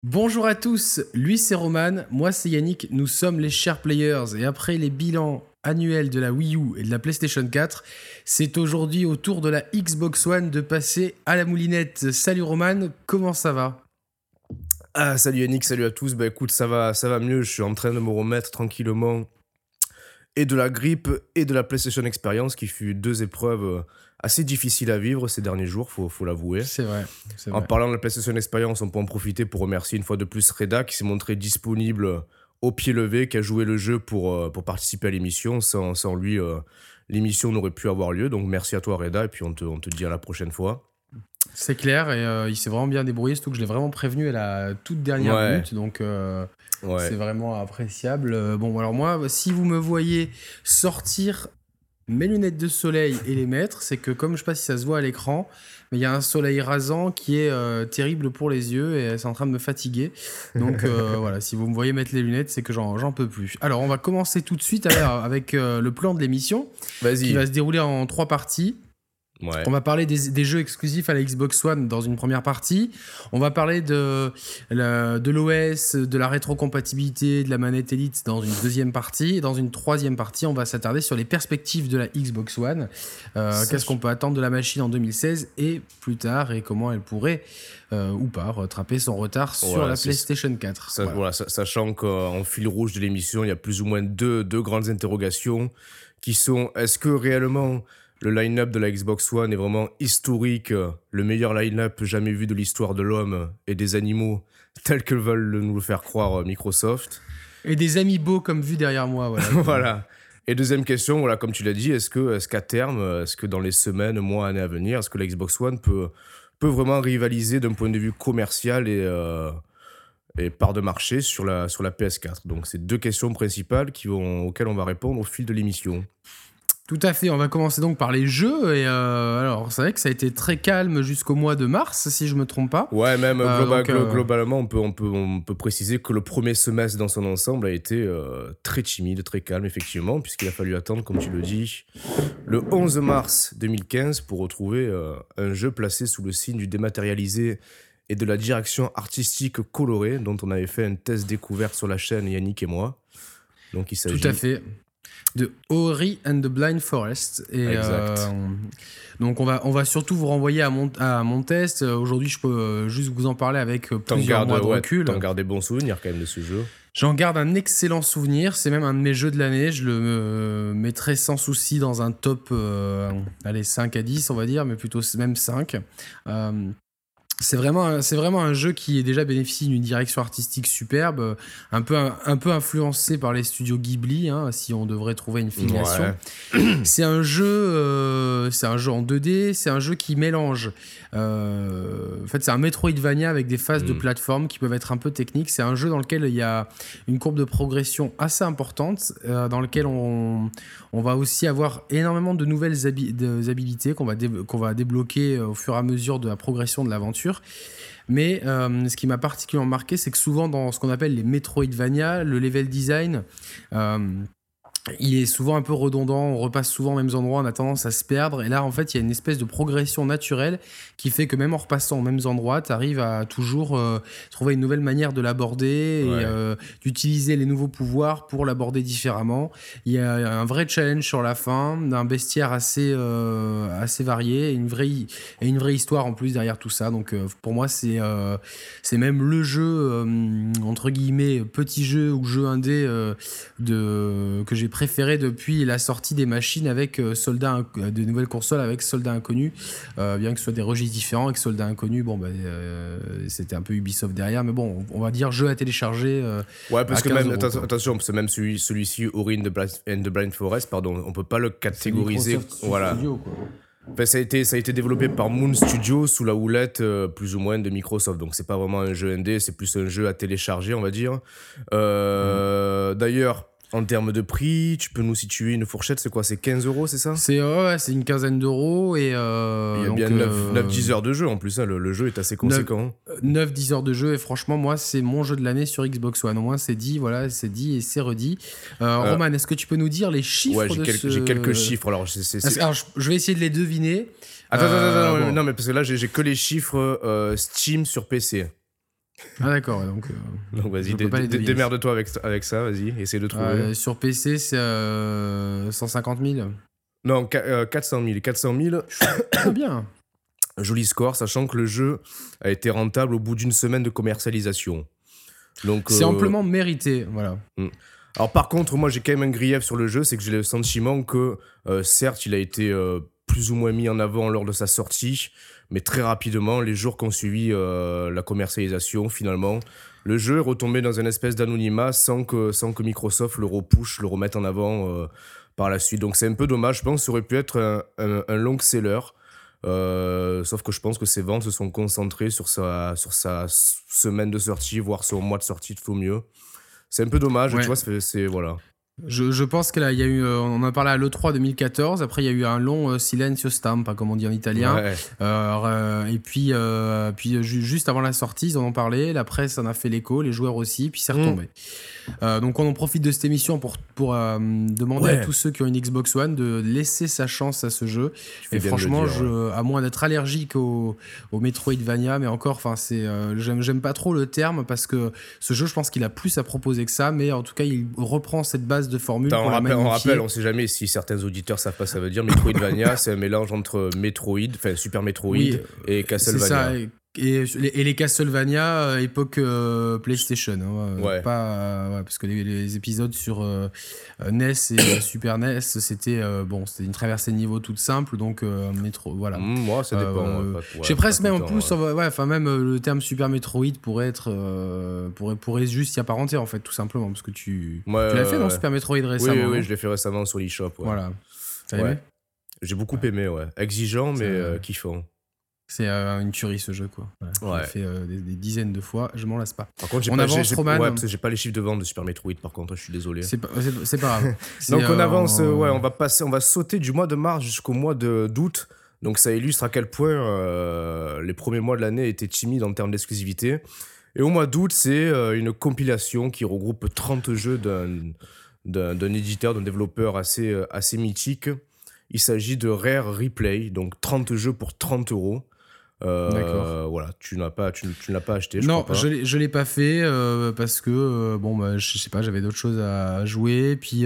Bonjour à tous, lui c'est Roman, moi c'est Yannick, nous sommes les Share Players et après les bilans annuels de la Wii U et de la PlayStation 4, c'est aujourd'hui au tour de la Xbox One de passer à la moulinette. Salut Roman, comment ça va? Ah, salut Yannick, salut à tous. Bah écoute, ça va mieux. Je suis en train de me remettre tranquillement et de la grippe et de la PlayStation Experience qui fut deux épreuves assez difficiles à vivre ces derniers jours, faut l'avouer. C'est vrai, c'est En vrai. parlant de la PlayStation Experience, on peut en profiter pour remercier une fois de plus Reda qui s'est montré disponible au pied levé, qui a joué le jeu pour participer à l'émission. Sans lui, l'émission n'aurait pu avoir lieu. Donc merci à toi Reda et puis on te dit à la prochaine fois. C'est clair et il s'est vraiment bien débrouillé, surtout que je l'ai vraiment prévenu à la toute dernière Ouais, minute, donc c'est ouais. vraiment appréciable. Bon alors moi, si vous me voyez sortir mes lunettes de soleil et les mettre, c'est que comme je sais pas si ça se voit à l'écran, mais il y a un soleil rasant qui est terrible pour les yeux et c'est en train de me fatiguer. Donc voilà, si vous me voyez mettre les lunettes, c'est que j'en peux plus. Alors on va commencer tout de suite avec le plan de l'émission qui Vas-y. va se dérouler en 3 parties. Ouais. On va parler des jeux exclusifs à la Xbox One dans une première partie. On va parler de l'OS, de la rétrocompatibilité, de la manette Elite dans une deuxième partie. Et dans une troisième partie, on va s'attarder sur les perspectives de la Xbox One. Qu'est-ce qu'on peut attendre de la machine en 2016 et plus tard et comment elle pourrait ou pas rattraper son retard sur Ouais, la PlayStation 4. Voilà. Voilà, sachant qu'en fil rouge de l'émission, il y a plus ou moins deux grandes interrogations qui sont est-ce que réellement le line-up de la Xbox One est vraiment historique, le meilleur line-up jamais vu de l'histoire de l'homme et des animaux, tel que veulent nous le faire croire Microsoft. Et des amis beaux comme vu derrière moi. Voilà. Voilà. Et deuxième question, voilà, comme tu l'as dit, est-ce qu'à terme, est-ce que dans les semaines, mois, années à venir, est-ce que la Xbox One peut vraiment rivaliser d'un point de vue commercial et part de marché sur la PS4. Donc, c'est deux questions principales auxquelles on va répondre au fil de l'émission. Tout à fait, on va commencer donc par les jeux. Et alors, c'est vrai que ça a été très calme jusqu'au mois de mars, si je me trompe pas. Ouais, même Donc, globalement, on peut préciser que le premier semestre dans son ensemble a été très timide, très calme, effectivement, puisqu'il a fallu attendre, comme tu le dis, le 11 mars 2015 pour retrouver un jeu placé sous le signe du dématérialisé et de la direction artistique colorée, dont on avait fait un test découverte sur la chaîne, Yannick et moi. Donc, il tout à s'agit... fait. De Ori and the Blind Forest. Et Exact. donc, on va surtout vous renvoyer à mon test. Aujourd'hui, je peux juste vous en parler avec plusieurs mois de recul. T'en gardes des bons souvenirs quand même de ce jeu. J'en garde un excellent souvenir. C'est même un de mes jeux de l'année. Je le mettrai sans souci dans un top allez, 5 à 10, on va dire, mais plutôt même 5. C'est vraiment un jeu qui est déjà bénéficie d'une direction artistique superbe, un peu influencé par les studios Ghibli, hein, si on devrait trouver une filiation. Ouais. C'est un jeu en 2D, c'est un jeu qui mélange. En fait, c'est un Metroidvania avec des phases de plateforme qui peuvent être un peu techniques. C'est un jeu dans lequel il y a une courbe de progression assez importante, dans lequel on va aussi avoir énormément de nouvelles habilités qu'on va débloquer au fur et à mesure de la progression de l'aventure. Mais ce qui m'a particulièrement marqué, c'est que souvent dans ce qu'on appelle les Metroidvania, le level design, il est souvent un peu redondant, on repasse souvent aux mêmes endroits, on a tendance à se perdre. Et là, en fait, il y a une espèce de progression naturelle qui fait que même en repassant aux mêmes endroits, tu arrives à toujours trouver une nouvelle manière de l'aborder et Ouais. d'utiliser les nouveaux pouvoirs pour l'aborder différemment. Il y a un vrai challenge sur la fin, un bestiaire assez varié et une vraie histoire en plus derrière tout ça. Donc pour moi, c'est même le jeu, entre guillemets, petit jeu ou jeu indé que j'ai préféré depuis la sortie des machines avec de nouvelles consoles avec Soldats Inconnus, bien que ce soit des registres différents avec Soldats Inconnus. Bon, c'était un peu Ubisoft derrière, mais bon, on va dire jeu à télécharger Ouais, parce à que 15 même, euros. Quoi. attention, parce que même celui-ci, Ori and the Blind Forest, pardon, on peut pas le C'est catégoriser. Microsoft Voilà. Studio, quoi. Enfin, ça a été développé par Moon Studio sous la houlette plus ou moins de Microsoft. Donc c'est pas vraiment un jeu indé, c'est plus un jeu à télécharger, on va dire. D'ailleurs, en termes de prix, tu peux nous situer une fourchette, c'est quoi? C'est 15 euros, c'est ça? C'est une quinzaine d'euros et Il y a donc bien 9-10 heures de jeu en plus, hein, le jeu est assez conséquent. 9-10 heures de jeu et franchement moi c'est mon jeu de l'année sur Xbox One. Au moins c'est dit, voilà, c'est dit et c'est redit. Euh, Roman, est-ce que tu peux nous dire les chiffres ouais, de j'ai quelques chiffres. Alors, Alors, je vais essayer de les deviner. Attends, Bon. non, mais parce que là, j'ai que les chiffres Steam sur PC. Ah d'accord, donc vas-y, je peux pas les deviner. démerde-toi avec ça, vas-y, essaie de trouver. Sur PC, c'est 150 000. Non, 400 000. 400 000, Ah bien. joli score, sachant que le jeu a été rentable au bout d'une semaine de commercialisation. Donc, C'est amplement mérité, voilà. Alors par contre, moi j'ai quand même un grief sur le jeu, c'est que j'ai le sentiment que certes il a été plus ou moins mis en avant lors de sa sortie, mais très rapidement, les jours qui ont suivi la commercialisation, finalement, le jeu est retombé dans une espèce d'anonymat sans que Microsoft le repush, le remette en avant par la suite. Donc c'est un peu dommage, je pense que ça aurait pu être un long seller. Sauf que je pense que ses ventes se sont concentrées sur sa semaine de sortie, voire son mois de sortie tout au mieux. C'est un peu dommage, Ouais. tu vois, c'est voilà. Je pense qu'il y a eu, on en a parlé à l'E3 2014, après il y a eu un long silenzio stampa, comme on dit en italien. Ouais. Et puis juste avant la sortie, ils en ont parlé, la presse en a fait l'écho, les joueurs aussi, puis c'est retombé. Donc on en profite de cette émission pour demander à tous ceux qui ont une Xbox One de laisser sa chance à ce jeu. Et franchement, à moins d'être allergique au Metroidvania, mais encore, j'aime pas trop le terme parce que ce jeu, je pense qu'il a plus à proposer que ça, mais en tout cas, il reprend cette base de formule pour la magnifier. On rappelle, on sait jamais si certains auditeurs savent pas ce que ça veut dire. Metroidvania, c'est un mélange entre Super Metroid et Castlevania. C'est ça. Et les Castlevania époque PlayStation, parce que les épisodes sur NES et Super NES, c'était c'était une traversée de niveau toute simple, donc voilà. Moi, ça dépend. Je sais presque même en plus, même le terme Super Metroid pourrait être pourrait juste y apparenter en fait, tout simplement, parce que tu l'as fait dans Super Metroid récemment. Oui, je l'ai fait récemment sur l'eShop. Ouais. Voilà. T'as aimé ? J'ai beaucoup aimé, ouais. Exigeant, mais kiffant. C'est une tuerie ce jeu, quoi. Je l'ai fait des dizaines de fois, je m'en lasse pas. Par contre, parce que j'ai pas les chiffres de vente de Super Metroid, par contre, je suis désolé. C'est pas grave. Donc on avance, on va sauter du mois de mars jusqu'au mois d'août. Donc ça illustre à quel point les premiers mois de l'année étaient timides en termes d'exclusivité. Et au mois d'août, c'est une compilation qui regroupe 30 jeux d'un éditeur, d'un développeur assez mythique. Il s'agit de Rare Replay, donc 30 jeux pour 30 €. D'accord. Voilà, tu ne l'as pas acheté, je non, crois pas. je l'ai pas fait parce que je sais pas, j'avais d'autres choses à jouer. Puis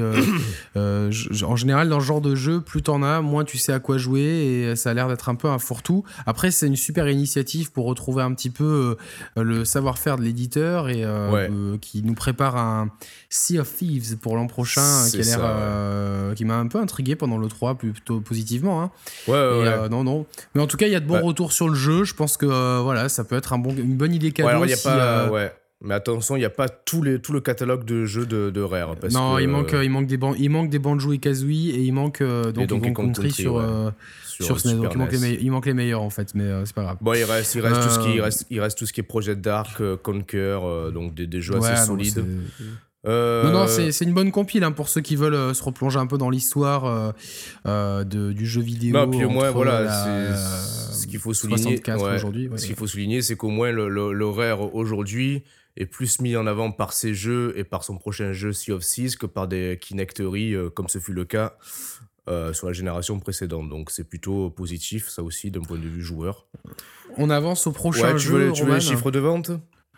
en général, dans ce genre de jeu, plus t'en as, moins tu sais à quoi jouer, et ça a l'air d'être un peu un fourre-tout. Après, c'est une super initiative pour retrouver un petit peu le savoir-faire de l'éditeur et qui nous prépare un Sea of Thieves pour l'an prochain, qui a l'air qui m'a un peu intrigué pendant l'E3, plutôt positivement. Hein. Non. Mais en tout cas, il y a de bons retours sur le jeu. Je pense que ça peut être une bonne idée cadeau. Alors, mais attention, il n'y a pas tout le catalogue de jeux de Rare. Non, il manque des Banjo et Kazooie, et il manque Donkey Country sur SNES. Donc il manque les meilleurs en fait, mais c'est pas grave. Bon, il reste tout ce qui est Project Dark, Conquer, donc des jeux assez solides. Non, c'est une bonne compile pour ceux qui veulent se replonger un peu dans l'histoire du jeu vidéo. Non, puis au moins, ce qu'il faut souligner, ce qu'il faut souligner, c'est qu'au moins le Rare aujourd'hui est plus mis en avant par ses jeux et par son prochain jeu Sea of Thieves que par des Kinecteries, comme ce fut le cas sur la génération précédente. Donc c'est plutôt positif, ça aussi, d'un point de vue joueur. On avance au prochain jeu. Tu veux les chiffres de vente ?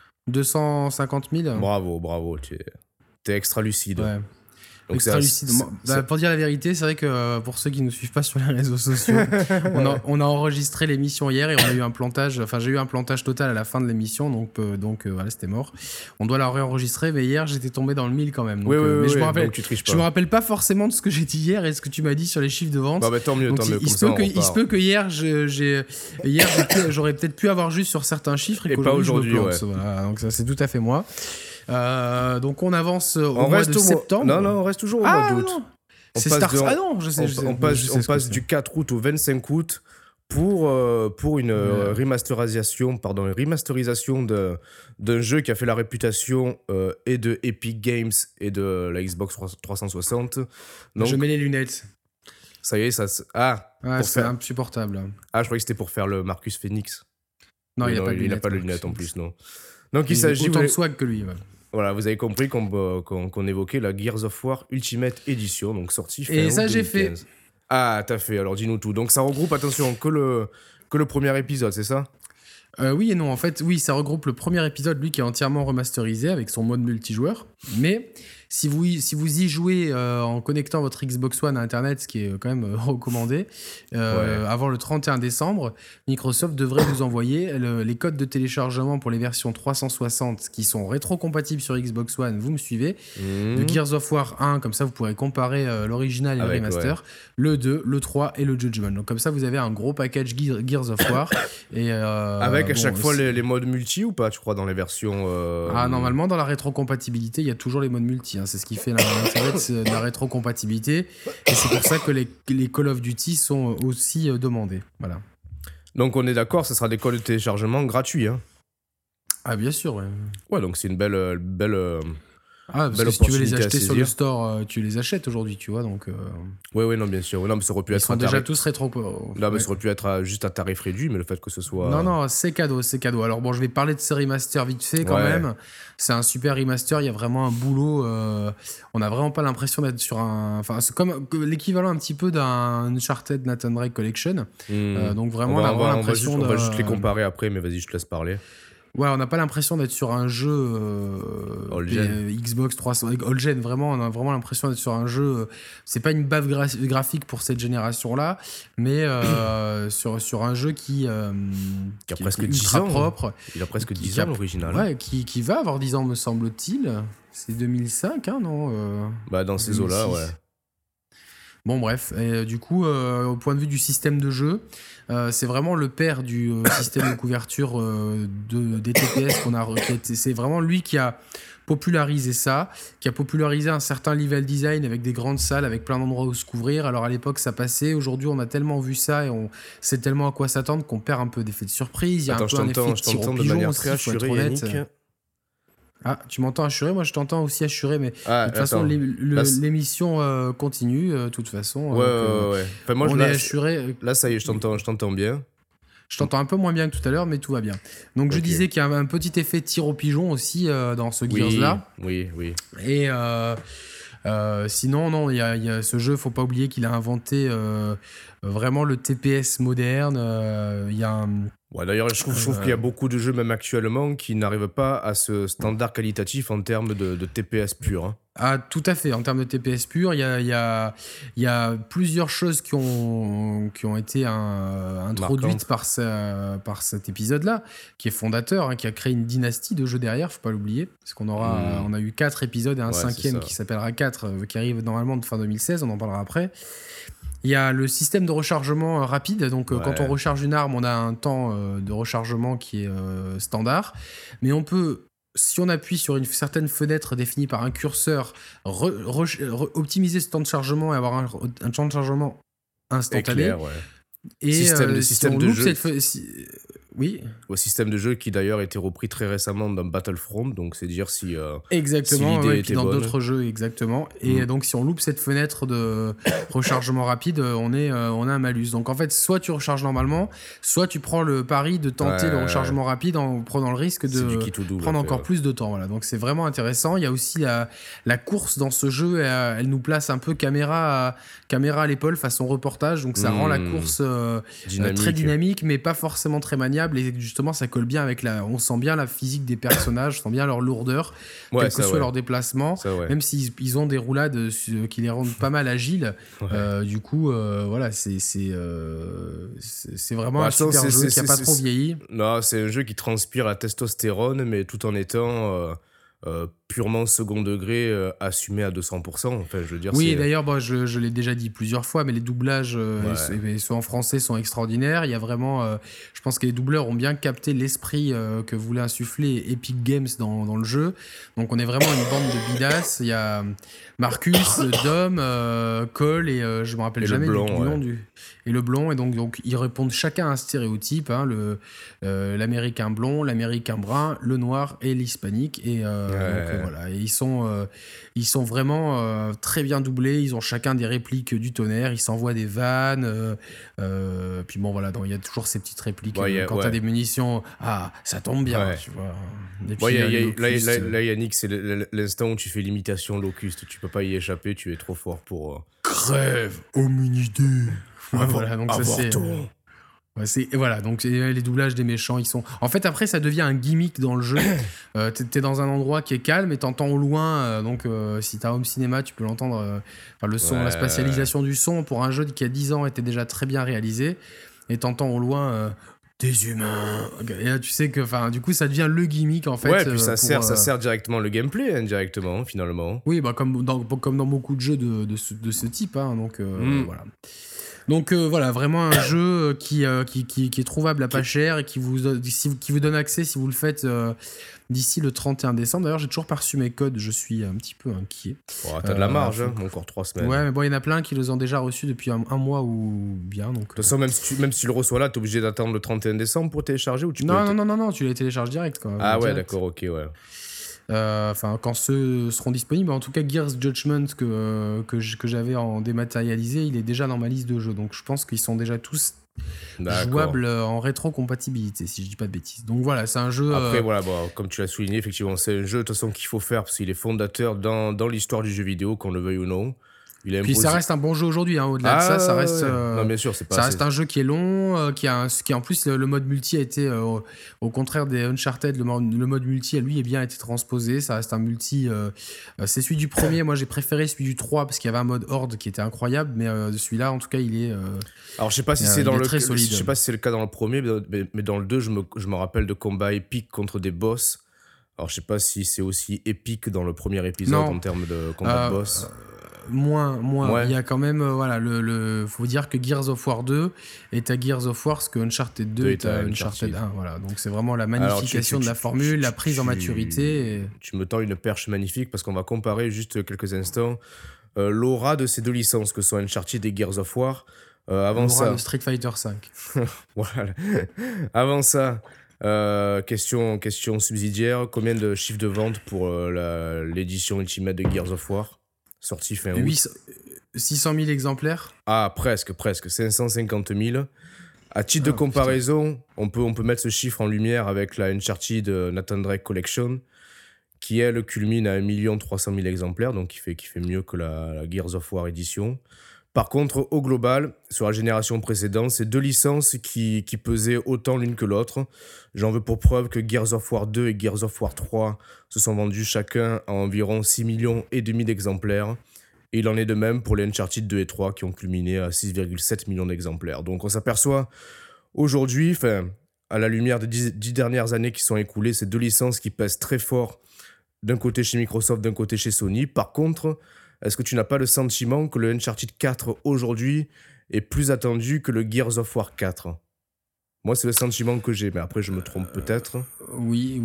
250 000. Bravo, t'es extra lucide. Ouais. Donc extra lucide. Pour dire la vérité, c'est vrai que pour ceux qui ne nous suivent pas sur les réseaux sociaux, on a enregistré l'émission hier et on a eu un plantage. Enfin, j'ai eu un plantage total à la fin de l'émission, donc voilà, c'était mort. On doit la réenregistrer, mais hier j'étais tombé dans le 1000 quand même. Donc, mais je me rappelle pas forcément de ce que j'ai dit hier et ce que tu m'as dit sur les chiffres de vente. Tant mieux. Il se peut que hier j'aurais peut-être pu avoir juste sur certains chiffres et pas aujourd'hui. Voilà, donc ça c'est tout à fait moi. Donc on avance au mois de septembre. Non, on reste toujours au mois d'août. On passe du 4 août au 25 août pour une remasterisation d'un jeu qui a fait la réputation et de Epic Games et de la Xbox 360. Donc, je mets les lunettes. Ça y est, c'est insupportable. Ah, je croyais que c'était pour faire le Marcus Phoenix. Non, il n'a pas de lunettes en plus, non. Donc il s'agit autant de swag que lui. Ouais. Voilà, vous avez compris qu'on évoquait la Gears of War Ultimate Edition, donc sortie fin août 2015. Et ça, j'ai fait. Ah, t'as fait, alors dis-nous tout. Donc ça regroupe, attention, que le premier épisode, c'est ça ? Oui et non, en fait, oui, ça regroupe le premier épisode, lui, qui est entièrement remasterisé avec son mode multijoueur. Mais si vous y jouez en connectant votre Xbox One à Internet, ce qui est quand même recommandé, avant le 31 décembre, Microsoft devrait vous envoyer les codes de téléchargement pour les versions 360 qui sont rétrocompatibles sur Xbox One, vous me suivez, de Gears of War 1, comme ça vous pourrez comparer l'original et le remaster, le 2, le 3 et le Judgment. Donc comme ça vous avez un gros package Gears of War. Et, avec à chaque fois les modes multi ou pas, tu crois, dans les versions normalement, dans la rétrocompatibilité, il y a toujours les modes multi. C'est ce qui fait l'intérêt de la rétrocompatibilité. Et c'est pour ça que les Call of Duty sont aussi demandés. Voilà. Donc on est d'accord, ce sera des codes de téléchargement gratuits. Hein. Ah bien sûr, ouais. Ouais, donc c'est une belle parce que si tu veux les acheter sur le store, tu les achètes aujourd'hui, tu vois, donc... Ouais, non, bien sûr. Non, mais ça aurait pu ils être sont déjà tous rétro... Non, mais ça aurait pu être juste à tarif réduit, mais le fait que ce soit... Non, c'est cadeau. Alors bon, je vais parler de ce remaster vite fait quand même. C'est un super remaster, il y a vraiment un boulot. On n'a vraiment pas l'impression d'être sur un... Enfin, c'est comme l'équivalent un petit peu d'un Uncharted Nathan Drake Collection. Donc vraiment, on a vraiment l'impression on va juste les comparer après, mais vas-y, je te laisse parler. Ouais, on n'a pas l'impression d'être sur un jeu Xbox 300 all-gen. Vraiment, on a vraiment l'impression d'être sur un jeu. C'est pas une baffe graphique pour cette génération-là, mais sur un jeu qui a presque 10 ans. Propre. Il a presque 10 ans, l'original. Ouais, qui va avoir 10 ans, me semble-t-il. C'est 2005, hein, non dans ces eaux-là, ouais. Bon, bref. Et, du coup, au point de vue du système de jeu, c'est vraiment le père du système de couverture des TPS qu'on a. C'est vraiment lui qui a popularisé ça, qui a popularisé un certain level design avec des grandes salles, avec plein d'endroits où se couvrir. Alors à l'époque, ça passait. Aujourd'hui, on a tellement vu ça et on sait tellement à quoi s'attendre qu'on perd un peu d'effet de surprise. Il y a un peu un effet de tir au pigeon aussi, faut être honnête. Ah, tu m'entends assurer? Moi, je t'entends aussi assurer, mais de toute façon, l'émission continue, de toute façon. Ouais. Enfin, moi, on est assuré. Là, ça y est, je t'entends bien. Je t'entends un peu moins bien que tout à l'heure, mais tout va bien. Donc, je disais qu'il y a un petit effet tir au pigeon aussi dans ce Gears-là. Oui. Et sinon, non, il y a ce jeu, faut pas oublier qu'il a inventé vraiment le TPS moderne. Il y a un... Ouais, d'ailleurs, je trouve qu'il y a beaucoup de jeux, même actuellement, qui n'arrivent pas à ce standard qualitatif en termes de TPS pur. Hein. Ah, tout à fait. En termes de TPS pur, il y a plusieurs choses qui ont été introduites par cet épisode-là, qui est fondateur, hein, qui a créé une dynastie de jeux derrière, faut pas l'oublier. Parce qu'on on a eu 4 épisodes et un 5e qui s'appellera 4, qui arrive normalement de fin 2016, on en parlera après. Il y a le système de rechargement rapide, donc quand on recharge une arme, on a un temps de rechargement qui est standard, mais on peut, si on appuie sur une certaine fenêtre définie par un curseur, optimiser ce temps de chargement et avoir un temps de chargement instantané. Éclair, ouais. Et système de jeu. Oui. Au système de jeu qui d'ailleurs a été repris très récemment dans Battlefront, donc c'est dire si exactement, si l'idée et puis était dans bonne. d'autres jeux exactement. Et donc si on loupe cette fenêtre de rechargement rapide, on a un malus. Donc en fait, soit tu recharges normalement, soit tu prends le pari de tenter le rechargement rapide en prenant le risque de prendre encore plus de temps. Voilà. Donc c'est vraiment intéressant. Il y a aussi la course dans ce jeu. Elle nous place un peu caméra à l'épaule façon reportage. Donc ça rend la course très dynamique, mais pas forcément très maniable. Et justement, ça colle bien avec on sent bien la physique des personnages, on sent bien leur lourdeur, quel que soit leur déplacement, même s'ils ont des roulades qui les rendent pas mal agiles. Du coup, voilà, c'est vraiment un super jeu qui a pas trop vieilli. Non, c'est un jeu qui transpire la testostérone, mais tout en étant purement second degré, assumé à 200%. Enfin, je veux dire, oui, d'ailleurs, je l'ai déjà dit plusieurs fois, mais les doublages, soit en français, sont extraordinaires. Il y a vraiment, je pense que les doubleurs ont bien capté l'esprit que voulait insuffler Epic Games dans le jeu. Donc, on est vraiment une bande de bidasses. Il y a Marcus, Dom, Cole et je me rappelle jamais du nom et le blond. Et donc ils répondent chacun à un stéréotype, hein, l'américain blond, l'américain brun, le noir et l'hispanique. Et donc, voilà. Et ils sont vraiment très bien doublés. Ils ont chacun des répliques du tonnerre. Ils s'envoient des vannes. Puis bon, voilà. Il y a toujours ces petites répliques. Quand t'as des munitions, ça tombe bien, tu vois. Et puis, là, Yannick, c'est l'instant où tu fais l'imitation Locust. Tu peux pas y échapper. Tu es trop fort pour... Crève, hominidé. Voilà, donc ça c'est... Ouais, voilà, donc les doublages des méchants, ils sont. En fait, après, ça devient un gimmick dans le jeu. T'es dans un endroit qui est calme et t'entends au loin. Si t'as home cinéma, tu peux l'entendre. Le son, la spatialisation du son pour un jeu qui a 10 ans était déjà très bien réalisé. Et t'entends au loin. Des humains. Et là, tu sais que, du coup, ça devient le gimmick en fait. Ouais, puis ça sert directement le gameplay, indirectement, finalement. Oui, comme dans beaucoup de jeux de ce type. Voilà. Donc voilà, vraiment un jeu qui est trouvable à pas cher et qui vous donne accès si vous le faites d'ici le 31 décembre. D'ailleurs, j'ai toujours pas reçu mes codes, je suis un petit peu inquiet. T'as de la marge, encore 3 semaines. Ouais, mais bon, il y en a plein qui les ont déjà reçus depuis un mois ou bien. Donc, de toute façon, même si tu le reçois là, t'es obligé d'attendre le 31 décembre pour télécharger ou tu peux Non, tu les télécharges direct. Ah ouais, d'accord, ok, ouais. Quand ceux seront disponibles. En tout cas, Gears Judgment que j'avais en dématérialisé, il est déjà dans ma liste de jeux. Donc je pense qu'ils sont déjà tous jouables en rétrocompatibilité, si je dis pas de bêtises. Donc voilà, c'est un jeu... Après, comme tu l'as souligné, effectivement, c'est un jeu de toute façon qu'il faut faire parce qu'il est fondateur dans l'histoire du jeu vidéo, qu'on le veuille ou non. Puis ça reste un bon jeu aujourd'hui, au-delà de ça reste non, bien sûr, c'est pas ça reste un jeu qui est long, qui en plus le mode multi a été au contraire des Uncharted, le mode multi lui est bien été transposé, ça reste un multi c'est celui du premier, moi j'ai préféré celui du 3 parce qu'il y avait un mode horde qui était incroyable, mais celui-là en tout cas il est alors je sais pas si c'est je sais pas si c'est le cas dans le premier, mais dans le 2 je me rappelle de combats épiques contre des boss. Alors je sais pas si c'est aussi épique dans le premier épisode en termes de combat de boss. Moins. Ouais. Il y a quand même, faut dire que Gears of War 2 est à Gears of War ce que Uncharted 2 est à Uncharted 1. Voilà. Donc c'est vraiment la magnification de la formule, la prise en maturité. Tu me tends une perche magnifique parce qu'on va comparer juste quelques instants l'aura de ces deux licences que sont Uncharted et Gears of War. L'aura de Street Fighter 5. Voilà. Avant ça, question subsidiaire, combien de chiffres de vente pour l'édition Ultimate de Gears of War sorti fin août? 600 000 exemplaires. Ah, presque. 550 000. À titre de comparaison, on peut mettre ce chiffre en lumière avec la Uncharted Nathan Drake Collection, qui elle culmine à 1 300 000 exemplaires, donc qui fait mieux que la Gears of War édition. Par contre, au global, sur la génération précédente, c'est deux licences qui pesaient autant l'une que l'autre. J'en veux pour preuve que Gears of War 2 et Gears of War 3 se sont vendus chacun à environ 6,5 millions d'exemplaires. Et il en est de même pour les Uncharted 2 et 3 qui ont culminé à 6,7 millions d'exemplaires. Donc on s'aperçoit aujourd'hui, à la lumière des 10 dernières années qui sont écoulées, ces deux licences qui pèsent très fort d'un côté chez Microsoft, d'un côté chez Sony. Par contre, est-ce que tu n'as pas le sentiment que le Uncharted 4 aujourd'hui est plus attendu que le Gears of War 4 ? Moi, c'est le sentiment que j'ai, mais après, je me trompe peut-être. Oui.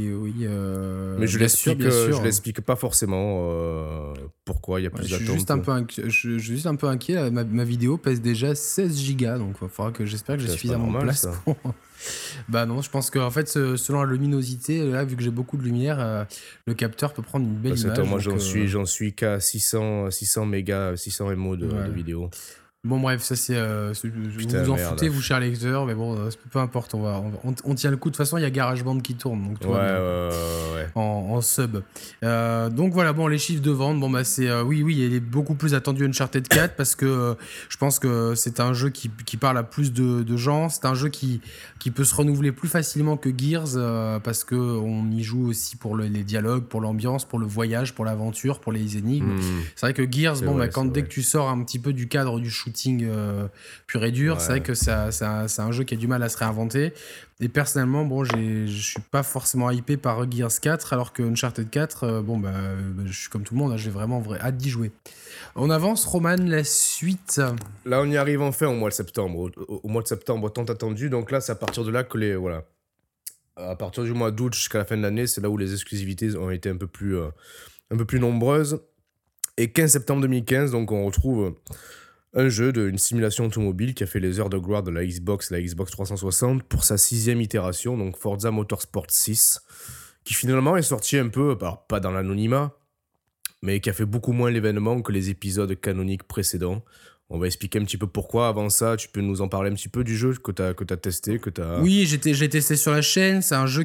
Mais je l'explique pas forcément pourquoi il y a plus d'attente. Je suis juste un peu inquiet. Ma vidéo pèse déjà 16 gigas, donc il faudra que j'espère que j'ai suffisamment de place pour... Bah non, je pense que en fait, selon la luminosité, là, vu que j'ai beaucoup de lumière, le capteur peut prendre une belle image. Moi, j'en suis qu'à 600 mégas, 600 MO de vidéo. Bon bref, ça c'est vous vous en foutez, vous chers lecteurs, mais bon, peu importe, on tient le coup. De toute façon, il y a GarageBand qui tourne, donc ouais. En sub. Donc voilà, bon, les chiffres de vente, bon bah c'est oui, il est beaucoup plus attendu Uncharted 4 parce que je pense que c'est un jeu qui parle à plus de gens. C'est un jeu qui peut se renouveler plus facilement que Gears parce que on y joue aussi pour les dialogues, pour l'ambiance, pour le voyage, pour l'aventure, pour les énigmes. C'est vrai que Gears, dès que tu sors un petit peu du cadre du shooting pur et dur, c'est vrai que c'est un jeu qui a du mal à se réinventer. Et personnellement, je suis pas forcément hypé par Gears 4, alors que Uncharted 4, je suis comme tout le monde, j'ai vraiment hâte d'y jouer. On avance, Roman, la suite. Là, on y arrive enfin au mois de septembre. Au mois de septembre, tant attendu. Donc là, c'est à partir de là que à partir du mois d'août jusqu'à la fin de l'année, c'est là où les exclusivités ont été un peu plus nombreuses. Et 15 septembre 2015, donc on retrouve un jeu d'une simulation automobile qui a fait les heures de gloire de la Xbox 360 pour sa 6e itération, donc Forza Motorsport 6, qui finalement est sorti un peu, pas dans l'anonymat, mais qui a fait beaucoup moins l'événement que les épisodes canoniques précédents. On va expliquer un petit peu pourquoi. Avant ça, tu peux nous en parler un petit peu du jeu que tu as testé, que tu as... Oui, j'ai testé sur la chaîne. C'est un jeu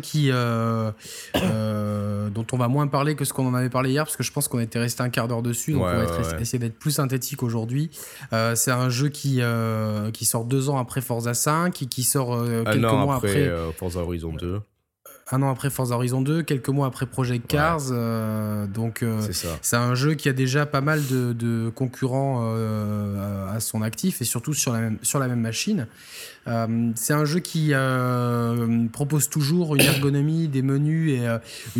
dont on va moins parler que ce qu'on en avait parlé hier, parce que je pense qu'on était resté un quart d'heure dessus, donc on va essayer d'être plus synthétique aujourd'hui. C'est un jeu qui sort 2 ans après Forza 5, qui sort quelques mois après Forza Horizon 2. Un an après Forza Horizon 2, quelques mois après Project Cars. C'est un jeu qui a déjà pas mal de concurrents à son actif, et surtout sur la même machine. C'est un jeu qui propose toujours une ergonomie, des menus et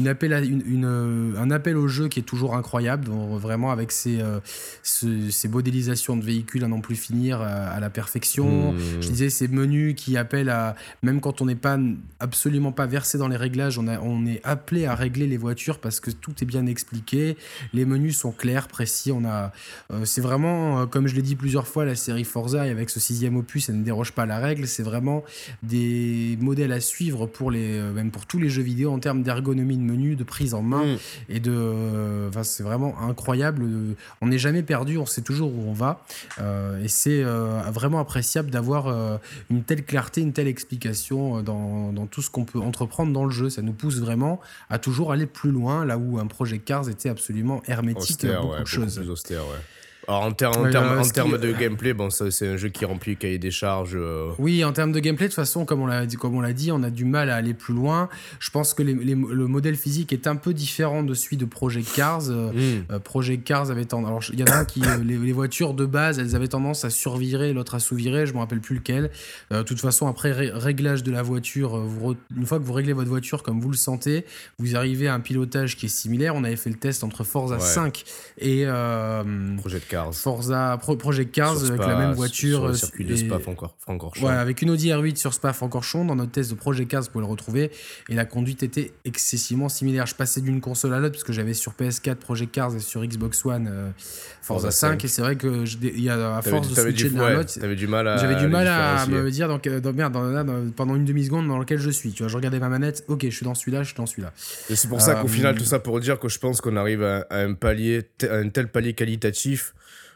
un appel au jeu qui est toujours incroyable, donc, vraiment avec ces modélisations de véhicules à n'en plus finir à la perfection. Je disais, ces menus qui appellent à, même quand on n'est pas absolument pas versé dans les réglages, on est appelé à régler les voitures parce que tout est bien expliqué, les menus sont clairs, précis. C'est vraiment, comme je l'ai dit plusieurs fois, la série Forza, et avec ce 6e opus, ça ne déroge pas à la règle. C'est vraiment des modèles à suivre même pour tous les jeux vidéo en termes d'ergonomie de menu, de prise en main et c'est vraiment incroyable. On n'est jamais perdu, on sait toujours où on va, et c'est vraiment appréciable d'avoir une telle clarté, une telle explication dans tout ce qu'on peut entreprendre dans le jeu. Ça nous pousse vraiment à toujours aller plus loin, là où un Project Cars était absolument hermétique, austère, beaucoup de choses. Plus austère, ouais. Alors en termes de gameplay, bon, ça, c'est un jeu qui remplit le cahier des charges. Oui, en termes de gameplay, de toute façon, comme on l'a dit, on a du mal à aller plus loin. Je pense que le modèle physique est un peu différent de celui de Project Cars. Project Cars avait tendance... Alors, il y en a un qui... les voitures de base, elles avaient tendance à survirer, l'autre à sous-virer, je ne me rappelle plus lequel. De toute façon, après réglage de la voiture, une fois que vous réglez votre voiture comme vous le sentez, vous arrivez à un pilotage qui est similaire. On avait fait le test entre Forza 5 et... Project Cars. Project Cars Spa, avec la même voiture. Sur le circuit de Spa-Francorchamps. Ouais, avec une Audi R8 sur Spa-Francorchamps. Dans notre test de Project Cars, vous pouvez le retrouver. Et la conduite était excessivement similaire. Je passais d'une console à l'autre parce que j'avais sur PS4 Project Cars et sur Xbox One Forza 5. Et c'est vrai que à force de switcher de l'un à l'autre, j'avais du mal à me dire pendant une demi-seconde dans laquelle je suis. Tu vois, je regardais ma manette, ok, je suis dans celui-là, je suis dans celui-là. Et c'est pour ça qu'au final, tout ça pour dire que je pense qu'on arrive à un tel palier qualitatif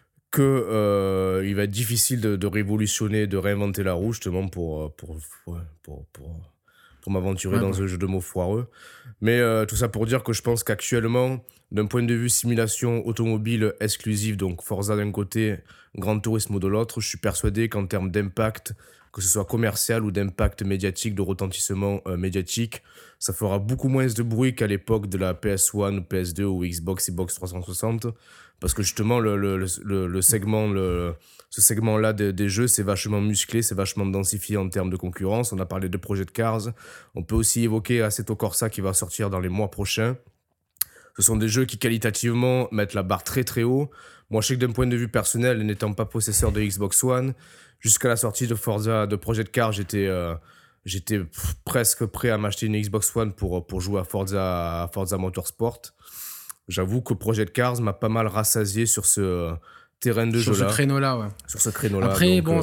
que il va être difficile de révolutionner, de réinventer la roue, justement pour m'aventurer dans un jeu de mots foireux. Mais tout ça pour dire que je pense qu'actuellement, d'un point de vue simulation automobile exclusive, donc Forza d'un côté, Gran Turismo de l'autre, je suis persuadé qu'en termes d'impact, que ce soit commercial ou d'impact médiatique, de retentissement médiatique, ça fera beaucoup moins de bruit qu'à l'époque de la PS1, PS2 ou Xbox 360. Parce que justement, ce segment-là des jeux, c'est vachement musclé, c'est vachement densifié en termes de concurrence. On a parlé de Project Cars. On peut aussi évoquer Assetto Corsa qui va sortir dans les mois prochains. Ce sont des jeux qui, qualitativement, mettent la barre très très haut. Moi, je sais que d'un point de vue personnel, n'étant pas possesseur de Xbox One, jusqu'à la sortie de Project Cars, j'étais presque prêt à m'acheter une Xbox One pour jouer à Forza Motorsport. J'avoue que Project Cars m'a pas mal rassasié sur ce terrain de jeu-là. Sur ce créneau-là, ouais. Sur ce créneau-là. Après, donc,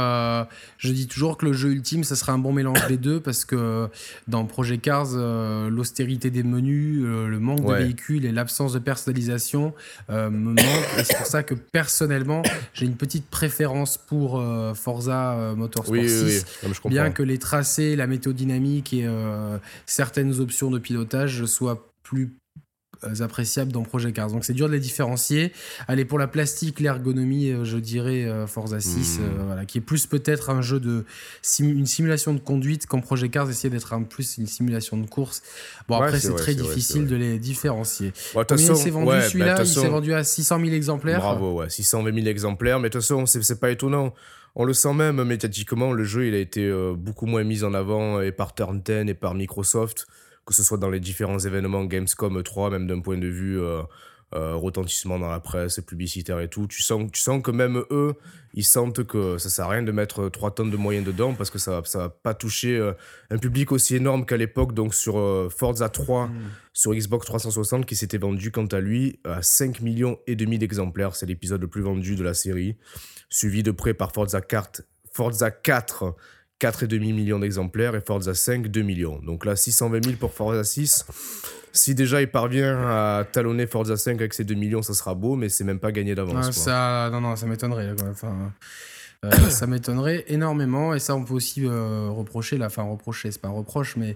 je dis toujours que le jeu ultime, ça sera un bon mélange des deux, parce que dans Project Cars, l'austérité des menus, le manque de véhicules et l'absence de personnalisation me manquent. Et c'est pour ça que, personnellement, j'ai une petite préférence pour Forza Motorsport 6. Non, je bien que les tracés, la météo dynamique et certaines options de pilotage soient plus appréciables dans Project Cars. Donc c'est dur de les différencier. Allez, pour la plastique, l'ergonomie, je dirais Forza 6, qui est plus peut-être un jeu une simulation de conduite, quand Project Cars essayait d'être plus une simulation de course. Bon, après, c'est très difficile de les différencier. Combien il s'est vendu celui-là? Il s'est vendu à 600 000 exemplaires. Bravo, 620 000 exemplaires. Mais de toute façon, c'est pas étonnant. On le sent même médiatiquement, le jeu il a été beaucoup moins mis en avant et par Turn 10 et par Microsoft, que ce soit dans les différents événements Gamescom 3, même d'un point de vue retentissement dans la presse, publicitaire et tout. Tu sens que même eux, ils sentent que ça sert à rien de mettre 3 tonnes de moyens dedans, parce que ça va pas toucher un public aussi énorme qu'à l'époque. Donc sur Forza 3, sur Xbox 360, qui s'était vendu quant à lui à 5,5 millions d'exemplaires. C'est l'épisode le plus vendu de la série, suivi de près par Forza 4, 4,5 millions d'exemplaires et Forza 5, 2 millions. Donc là, 620 000 pour Forza 6. Si déjà il parvient à talonner Forza 5 avec ses 2 millions, ça sera beau, mais c'est même pas gagné d'avance. Ça m'étonnerait. Quoi. Enfin, ça m'étonnerait énormément. Et ça, on peut aussi reprocher, c'est pas un reproche, mais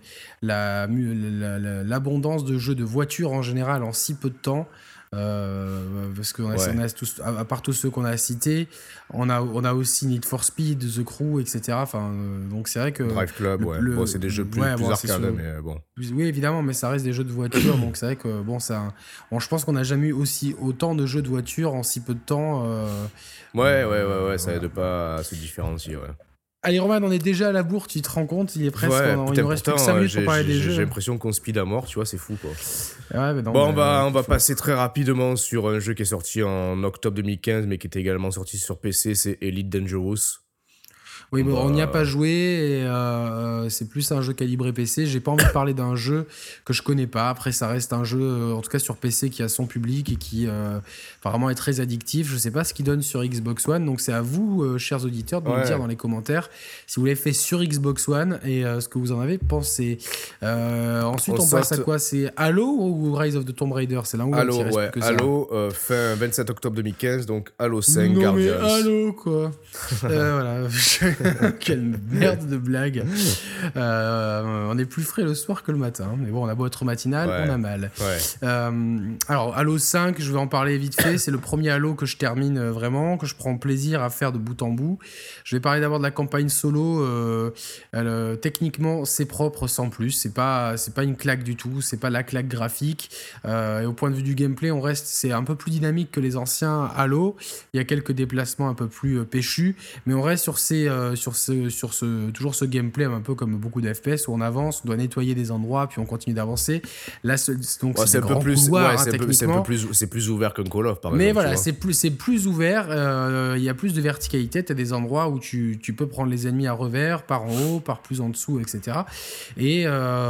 l'abondance de jeux de voitures en général en si peu de temps. Parce que à part tous ceux qu'on a cités, on a aussi Need for Speed, The Crew, etc. Enfin, donc c'est vrai que Drive Club, bon, c'est des jeux plus arcade, mais bon. Oui, évidemment, mais ça reste des jeux de voiture, donc c'est vrai que bon, je pense qu'on n'a jamais eu autant de jeux de voiture en si peu de temps. Ça aide pas à se différencier, ouais. Allez Romain, on est déjà à la bourre, tu te rends compte, il est presque, il nous reste plus que 5 minutes pour parler des jeux. J'ai l'impression qu'on speed à mort, tu vois, c'est fou quoi. Ouais, on va passer très rapidement sur un jeu qui est sorti en octobre 2015 mais qui était également sorti sur PC, c'est Elite Dangerous. Oui, mais on n'y a pas joué et c'est plus un jeu calibré PC. J'ai pas envie de parler d'un jeu que je connais pas. Après, ça reste un jeu, en tout cas sur PC, qui a son public et qui apparemment est très addictif. Je sais pas ce qu'il donne sur Xbox One, donc c'est à vous, chers auditeurs, de me dire dans les commentaires si vous l'avez fait sur Xbox One et ce que vous en avez pensé. Ensuite, on passe à quoi? C'est Halo ou Rise of the Tomb Raider? C'est l'un ou l'autre. Halo, fin 27 octobre 2015, donc Halo 5 Guardians. Mais Halo, quoi. Voilà. Quelle merde de blague. On est plus frais le soir que le matin. Mais bon, on a beau être matinal, on a mal. Alors, Halo 5, je vais en parler vite fait. C'est le premier Halo que je termine vraiment, que je prends plaisir à faire de bout en bout. Je vais parler d'abord de la campagne solo. Techniquement, c'est propre sans plus. C'est pas une claque du tout. C'est pas la claque graphique. Et au point de vue du gameplay, c'est un peu plus dynamique que les anciens Halo. Il y a quelques déplacements un peu plus péchus, mais on reste toujours ce gameplay un peu comme beaucoup de FPS où on avance, on doit nettoyer des endroits puis on continue d'avancer. Là, donc c'est un peu plus c'est plus ouvert qu'un Call of par exemple. Mais voilà, c'est plus ouvert. Il y a plus de verticalité. T'as des endroits où tu peux prendre les ennemis à revers, par en haut, par plus en dessous, etc. Et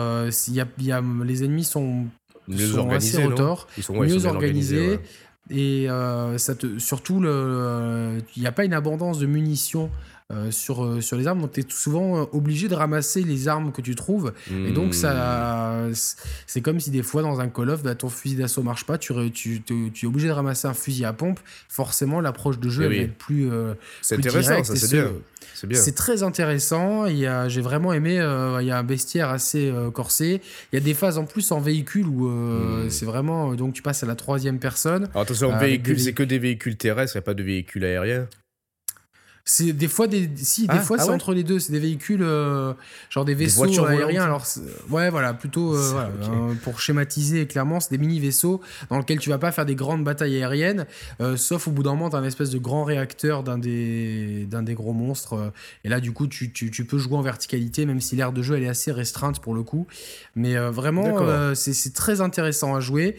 les ennemis sont assez retors, ils sont mieux organisés. Et surtout, il n'y a pas une abondance de munitions sur les armes, donc tu es souvent obligé de ramasser les armes que tu trouves. Et donc, c'est comme si des fois, dans un Call of, ton fusil d'assaut marche pas, tu es obligé de ramasser un fusil à pompe. Forcément, l'approche de jeu va être plus c'est plus intéressant, directe, ça, c'est bien. C'est très intéressant. J'ai vraiment aimé. Il y a un bestiaire assez corsé. Il y a des phases en plus en véhicule où c'est vraiment. Donc tu passes à la 3e personne. Alors, attention, véhicule, c'est que des véhicules terrestres, il n'y a pas de véhicules aériens. C'est des fois c'est entre les deux, c'est des véhicules genre des vaisseaux aériens. Alors plutôt pour schématiser clairement, c'est des mini vaisseaux dans lesquels tu vas pas faire des grandes batailles aériennes, sauf au bout d'un moment t'as un espèce de grand réacteur d'un des gros monstres et là du coup tu peux jouer en verticalité même si l'aire de jeu elle est assez restreinte pour le coup, mais vraiment c'est très intéressant à jouer.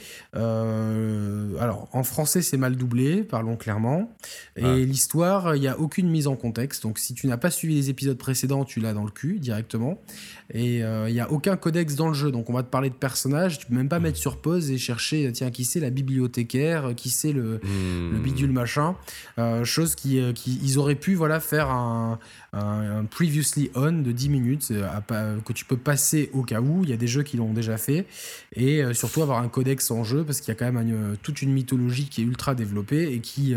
Alors en français c'est mal doublé, parlons clairement, et l'histoire il y a aucune mise en contexte, donc si tu n'as pas suivi les épisodes précédents tu l'as dans le cul directement, et il n'y a aucun codex dans le jeu, donc on va te parler de personnages, tu peux même pas mettre sur pause et chercher tiens qui c'est la bibliothécaire, qui c'est le bidule machin, chose ils auraient pu faire un previously on de 10 minutes que tu peux passer au cas où, il y a des jeux qui l'ont déjà fait, et surtout avoir un codex en jeu parce qu'il y a quand même toute une mythologie qui est ultra développée et qui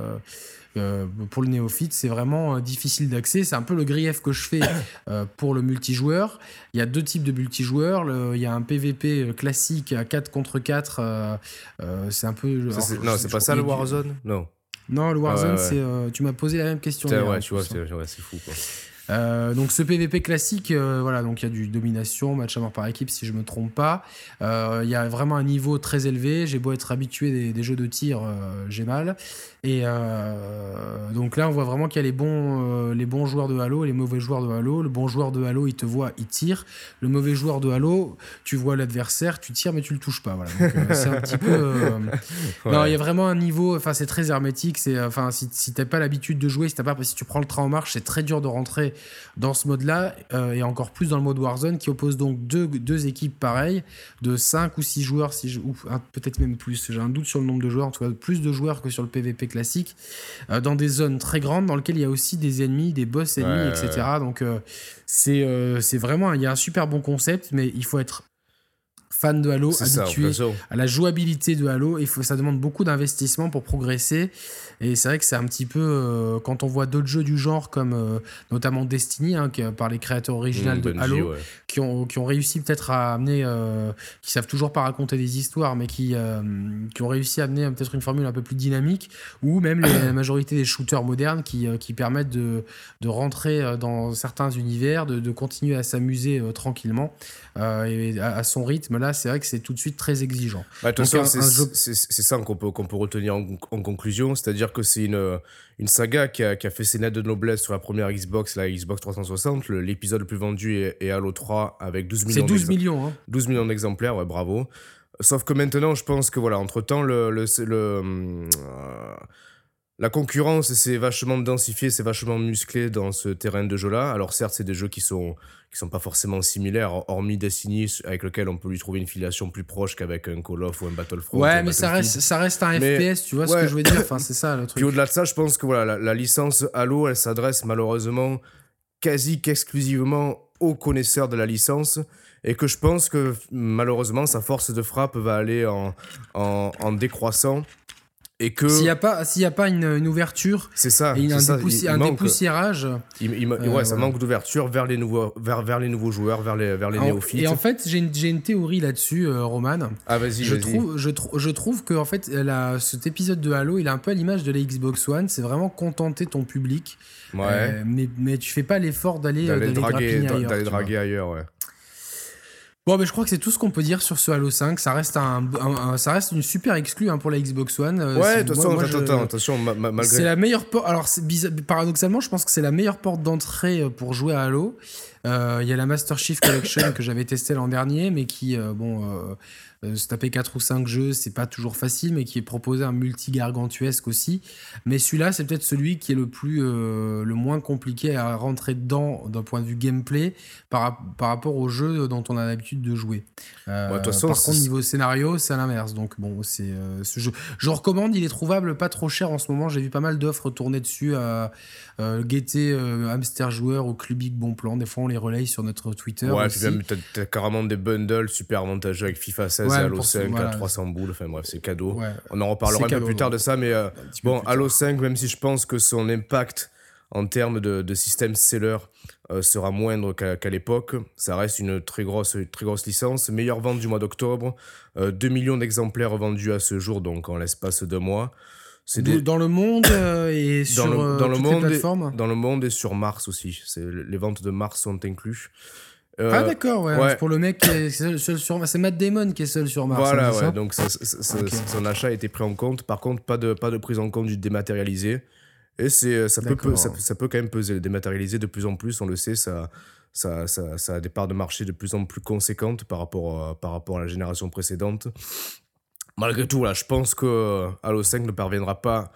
pour le néophyte, c'est vraiment difficile d'accès. C'est un peu le grief que je fais pour le multijoueur. Il y a 2 types de multijoueurs. Il y a un PVP classique à 4 contre 4. C'est un peu... c'est pas ça le Warzone ? Non, le Warzone, tu m'as posé la même question. Tu vois, c'est fou, quoi. Donc ce PVP classique, donc il y a du domination, match à mort par équipe si je me trompe pas. Il y a vraiment un niveau très élevé. J'ai beau être habitué des jeux de tir, j'ai mal. Et donc là on voit vraiment qu'il y a les bons joueurs de Halo et les mauvais joueurs de Halo. Le bon joueur de Halo il te voit, il tire. Le mauvais joueur de Halo, tu vois l'adversaire, tu tires mais tu le touches pas. Voilà. Donc, c'est un petit peu. Non, il y a vraiment un niveau. Enfin c'est très hermétique. Si t'as pas l'habitude de jouer, si tu prends le train en marche, c'est très dur de rentrer dans ce mode-là, et encore plus dans le mode Warzone, qui oppose donc deux équipes pareilles, de 5 ou 6 joueurs, ou peut-être même plus, j'ai un doute sur le nombre de joueurs, en tout cas plus de joueurs que sur le PvP classique, dans des zones très grandes dans lesquelles il y a aussi des ennemis, des boss ennemis, etc. Donc c'est vraiment, il y a un super bon concept, mais il faut être fan de Halo, habitué à la jouabilité de Halo, et ça demande beaucoup d'investissement pour progresser. Et c'est vrai que c'est un petit peu quand on voit d'autres jeux du genre comme notamment Destiny, par les créateurs originaux de Halo, qui ont réussi peut-être à amener, qui savent toujours pas raconter des histoires, mais qui ont réussi à amener peut-être une formule un peu plus dynamique, ou même la majorité des shooters modernes qui permettent de rentrer dans certains univers, de continuer à s'amuser tranquillement et à son rythme. Là, c'est vrai que c'est tout de suite très exigeant. De toute façon, c'est ça qu'on peut retenir en conclusion, c'est-à-dire que c'est une saga qui a fait ses lettres de noblesse sur la première Xbox, la Xbox 360. L'épisode le plus vendu est Halo 3 avec 12 millions. C'est 12 millions. 12 millions d'exemplaires, ouais, bravo. Sauf que maintenant, je pense que voilà, entre-temps, la concurrence s'est vachement densifiée, s'est vachement musclée dans ce terrain de jeu-là. Alors certes, c'est des jeux qui sont pas forcément similaires, hormis Destiny, avec lequel on peut lui trouver une filiation plus proche qu'avec un Call of ou un Battlefront. Ouais, mais ça reste un FPS, tu vois ce que je veux dire. Enfin, c'est ça le truc. Puis au-delà de ça, je pense que voilà, la licence Halo, elle s'adresse malheureusement quasi qu'exclusivement aux connaisseurs de la licence, et que je pense que malheureusement, sa force de frappe va aller en décroissant. Et que s'il y a pas une ouverture, c'est ça, et un dépoussiérage, ça manque d'ouverture vers les nouveaux joueurs, vers les néophytes. Et en fait, j'ai une théorie là-dessus, Roman. Ah, vas-y. Je trouve que en fait, cet épisode de Halo, il est un peu à l'image de la Xbox One. C'est vraiment contenter ton public, mais tu fais pas l'effort d'aller draguer ailleurs, ouais. Bon, mais je crois que c'est tout ce qu'on peut dire sur ce Halo 5. Ça reste ça reste une super exclue pour la Xbox One. Ouais, de toute façon, attention, malgré. C'est la meilleure porte. Alors, paradoxalement, je pense que c'est la meilleure porte d'entrée pour jouer à Halo. Il y a la Master Chief Collection que j'avais testé l'an dernier, mais qui, se taper 4 ou 5 jeux, c'est pas toujours facile, mais qui est proposé un multi-gargantuesque aussi. Mais celui-là, c'est peut-être celui qui est le moins compliqué à rentrer dedans d'un point de vue gameplay par rapport aux jeux dont on a l'habitude de jouer. Par contre, niveau scénario, c'est à l'inverse. Donc bon, c'est ce jeu. Je recommande, il est trouvable pas trop cher en ce moment. J'ai vu pas mal d'offres tourner dessus à Gaieté, Hamster Joueur ou Clubic Bon Plan. Des fois, on les relaye sur notre Twitter. Ouais, aussi. Puis même t'as carrément des bundles super avantageux avec FIFA 16 et Halo 5 à 300 boules. Enfin bref, c'est cadeau. Ouais. On en reparlera un peu plus tard de ça, mais Halo 5, même si je pense que son impact en termes de système seller sera moindre qu'à l'époque, ça reste une très grosse licence. Meilleure vente du mois d'octobre, 2 millions d'exemplaires vendus à ce jour, donc en l'espace de mois. Dans le monde et sur toutes les plateformes. Dans le monde et sur Mars aussi. Les ventes de Mars sont incluses. D'accord, ouais. C'est pour le mec qui est seul sur Mars. C'est Matt Damon qui est seul sur Mars. Voilà, ouais. Donc son achat a été pris en compte. Par contre, pas de prise en compte du dématérialisé. Et ça peut quand même peser. Le dématérialisé, de plus en plus, on le sait, ça a des parts de marché de plus en plus conséquentes par rapport à la génération précédente. Malgré tout, là, je pense que Halo 5 ne parviendra pas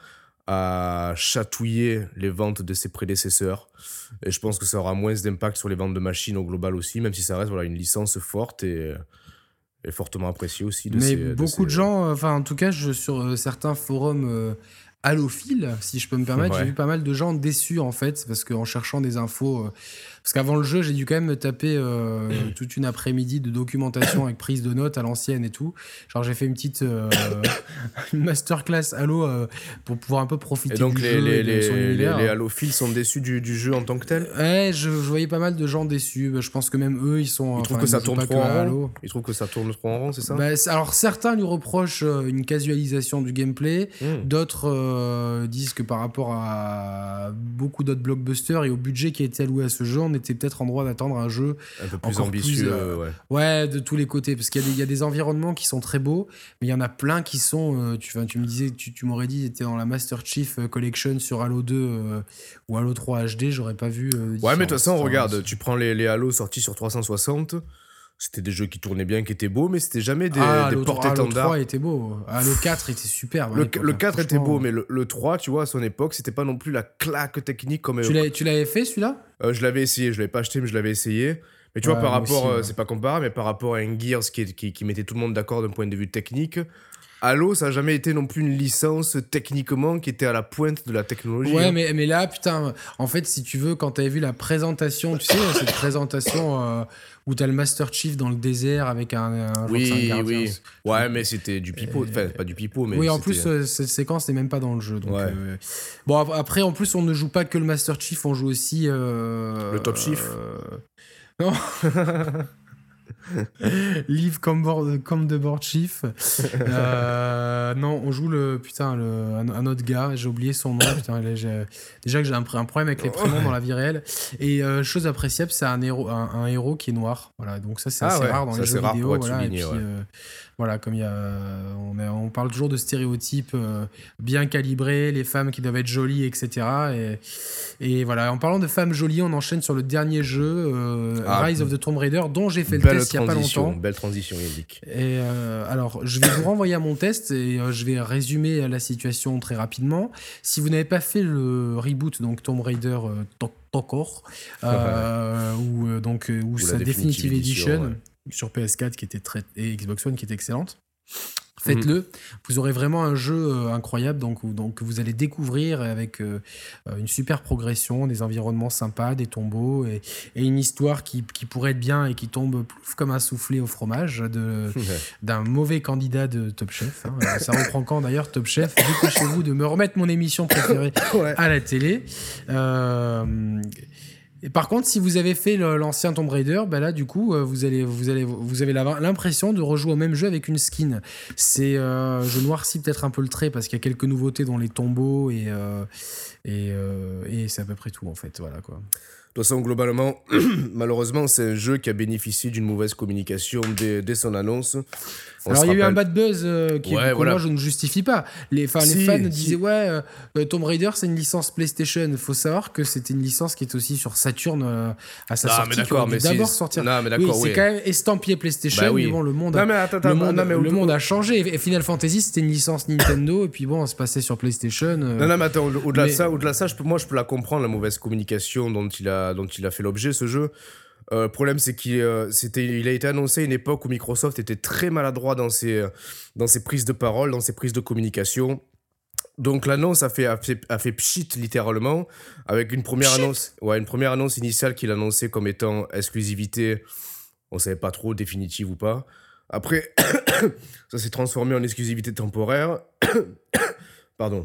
à chatouiller les ventes de ses prédécesseurs. Et je pense que ça aura moins d'impact sur les ventes de machines au global aussi, même si ça reste une licence forte et fortement appréciée aussi. Mais beaucoup de gens, en tout cas, sur certains forums halophiles, si je peux me permettre, j'ai vu pas mal de gens déçus en fait, parce qu'en cherchant des infos... Parce qu'avant le jeu, j'ai dû quand même me taper toute une après-midi de documentation avec prise de notes à l'ancienne et tout. Genre, j'ai fait une petite une masterclass Halo pour pouvoir un peu profiter du jeu et de son univers. Les halophiles sont déçus du jeu en tant que tel. Ouais, je voyais pas mal de gens déçus. Je pense que même eux, ils trouvent que ça tourne trop en rond. Ils trouvent que ça tourne trop en rond, c'est ça ? Alors, certains lui reprochent une casualisation du gameplay. D'autres disent que par rapport à beaucoup d'autres blockbusters et au budget qui a été alloué à ce jeu, on était peut-être en droit d'attendre un jeu un peu plus ambitieux, ouais, de tous les côtés, parce qu'il y a des environnements qui sont très beaux, mais il y en a plein qui sont tu me disais, tu m'aurais dit était dans la Master Chief Collection sur Halo 2 ou Halo 3 HD, j'aurais pas vu ouais, mais de toute façon, regarde, tu prends les Halo sortis sur 360, C'était des jeux qui tournaient bien, qui étaient beaux, mais c'était jamais des Le porte-étendards. 3 était beau. Le 4 était superbe. Le 4 était beau, mais le 3, tu vois, à son époque, c'était pas non plus la claque technique comme... Tu l'avais fait, celui-là? Je l'avais essayé, je l'avais pas acheté, mais je l'avais essayé. Mais tu vois, par rapport, aussi, c'est pas comparable, mais par rapport à un Gears qui mettait tout le monde d'accord d'un point de vue technique, Halo, ça a jamais été non plus une licence techniquement qui était à la pointe de la technologie. Ouais, mais là, putain, en fait, si tu veux, quand t'avais vu la présentation, tu sais, cette présentation où t'as le Master Chief dans le désert avec un oui. Ouais, mais c'était du pipeau. Enfin, pas du pipeau, mais. Oui, en plus, cette séquence n'est même pas dans le jeu. Donc, ouais. Bon, après, en plus, on ne joue pas que le Master Chief, on joue aussi. Le Top Chief. Non. Live comme de board chief. Non, on joue un autre gars, j'ai oublié son nom. Putain, déjà que j'ai un problème avec les prénoms dans la vie réelle. Et chose appréciable, c'est un héros qui est noir. Voilà, donc ça c'est assez rare dans les jeux vidéo. Voilà, et puis, voilà, comme on parle toujours de stéréotypes bien calibrés, les femmes qui doivent être jolies, etc. Et voilà, en parlant de femmes jolies, on enchaîne sur le dernier jeu, Rise of the Tomb Raider, dont j'ai fait le test il n'y a pas longtemps. Belle transition, Yannick. Et alors, je vais vous renvoyer à mon test et je vais résumer la situation très rapidement. Si vous n'avez pas fait le reboot, donc Tomb Raider Tokor, ou sa Definitive Edition sur PS4 qui était et Xbox One qui était excellente, faites-le. Vous aurez vraiment un jeu incroyable donc vous allez découvrir avec une super progression, des environnements sympas, des tombeaux et une histoire qui pourrait être bien et qui tombe plouf comme un soufflé au fromage d'un mauvais candidat de Top Chef. Ça reprend quand d'ailleurs Top Chef? Dépêchez-vous de me remettre mon émission préférée à la télé. Et par contre, si vous avez fait l'ancien Tomb Raider, bah là, du coup, vous avez l'impression de rejouer au même jeu avec une skin. Je noircis peut-être un peu le trait parce qu'il y a quelques nouveautés dans les tombeaux et c'est à peu près tout en fait. Voilà quoi. De toute façon, globalement, malheureusement, c'est un jeu qui a bénéficié d'une mauvaise communication dès son annonce. Alors, il y a eu un bad buzz moi, je ne justifie pas. Les fans disaient, Tomb Raider, c'est une licence PlayStation. Il faut savoir que c'était une licence qui est aussi sur Saturn à sa sortie. D'abord sortir. Non, mais d'accord, c'est quand même estampillé PlayStation, mais bon, le monde a changé. Et Final Fantasy, c'était une licence Nintendo, et puis bon, on se passait sur PlayStation. Non, mais attends, au-delà de ça, je peux la comprendre, la mauvaise communication dont il a fait l'objet, ce jeu. Le problème, c'est qu'il a été annoncé à une époque où Microsoft était très maladroit dans ses prises de parole, dans ses prises de communication. Donc l'annonce a fait pchit littéralement, avec une première annonce initiale qu'il annonçait comme étant exclusivité. On savait pas trop définitive ou pas. Après, ça s'est transformé en exclusivité temporaire. Pardon.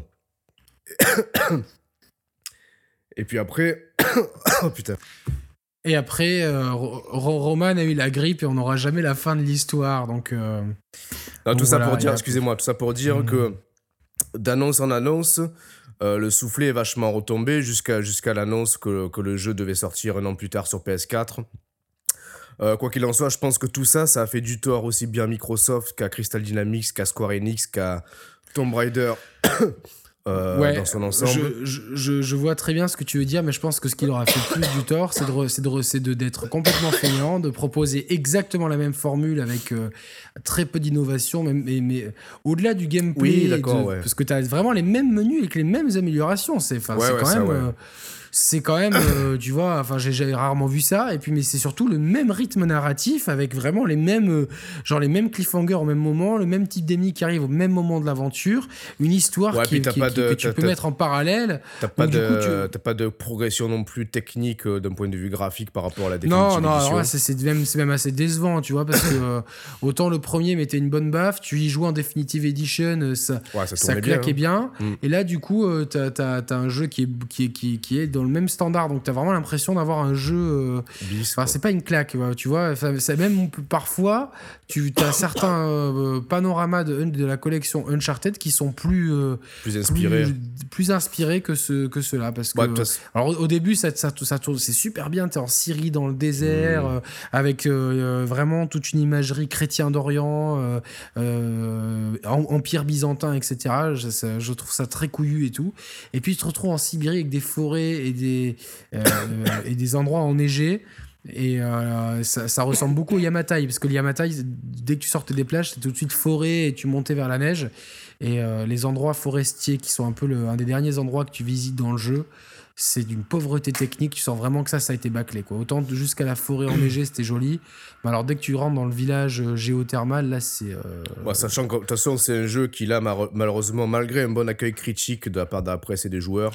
Et puis après, oh putain. Et après, Roman a eu la grippe et on n'aura jamais la fin de l'histoire. Donc, tout ça pour dire que d'annonce en annonce, le soufflet est vachement retombé jusqu'à l'annonce que le jeu devait sortir un an plus tard sur PS4. Quoi qu'il en soit, je pense que tout ça a fait du tort aussi bien à Microsoft qu'à Crystal Dynamics, qu'à Square Enix, qu'à Tomb Raider. Dans son ensemble. Je vois très bien ce que tu veux dire, mais je pense que ce qui leur a fait plus du tort, c'est d'être complètement feignant, de proposer exactement la même formule avec très peu d'innovation, mais au-delà du gameplay, parce que tu as vraiment les mêmes menus avec les mêmes améliorations. C'est quand même, tu vois, enfin, j'ai rarement vu ça. Et puis, mais c'est surtout le même rythme narratif avec vraiment les mêmes cliffhangers au même moment, le même type d'ennemi qui arrive au même moment de l'aventure, une histoire que tu peux mettre en parallèle. T'as pas de progression non plus technique d'un point de vue graphique par rapport à la Definitive Edition. Non, c'est même assez décevant, tu vois, parce que autant le premier mettait une bonne baffe, tu y joues en Definitive Edition, ça claquait bien. Et là, du coup, t'as un jeu qui est dans le même standard, donc t'as vraiment l'impression d'avoir un jeu c'est pas une claque, tu vois, c'est même parfois tu as certains panoramas de la collection Uncharted qui sont plus inspirés que ceux-là, parce que alors au début ça tourne, c'est super bien, t'es en Syrie dans le désert avec vraiment toute une imagerie chrétien d'Orient, empire byzantin, etc. Je trouve ça très couillu et tout, et puis tu te retrouves en Sibérie avec des forêts et des endroits enneigés. Et ça ressemble beaucoup au Yamatai, parce que le Yamatai, dès que tu sortais des plages, c'était tout de suite forêt et tu montais vers la neige. Et les endroits forestiers, qui sont un peu un des derniers endroits que tu visites dans le jeu, c'est d'une pauvreté technique. Tu sens vraiment que ça a été bâclé, quoi. Autant jusqu'à la forêt enneigée, c'était joli. Mais alors, dès que tu rentres dans le village géothermal, là, c'est. Ouais, sachant que, de toute façon, c'est un jeu qui, là, malheureusement, malgré un bon accueil critique de la part de la presse et des joueurs,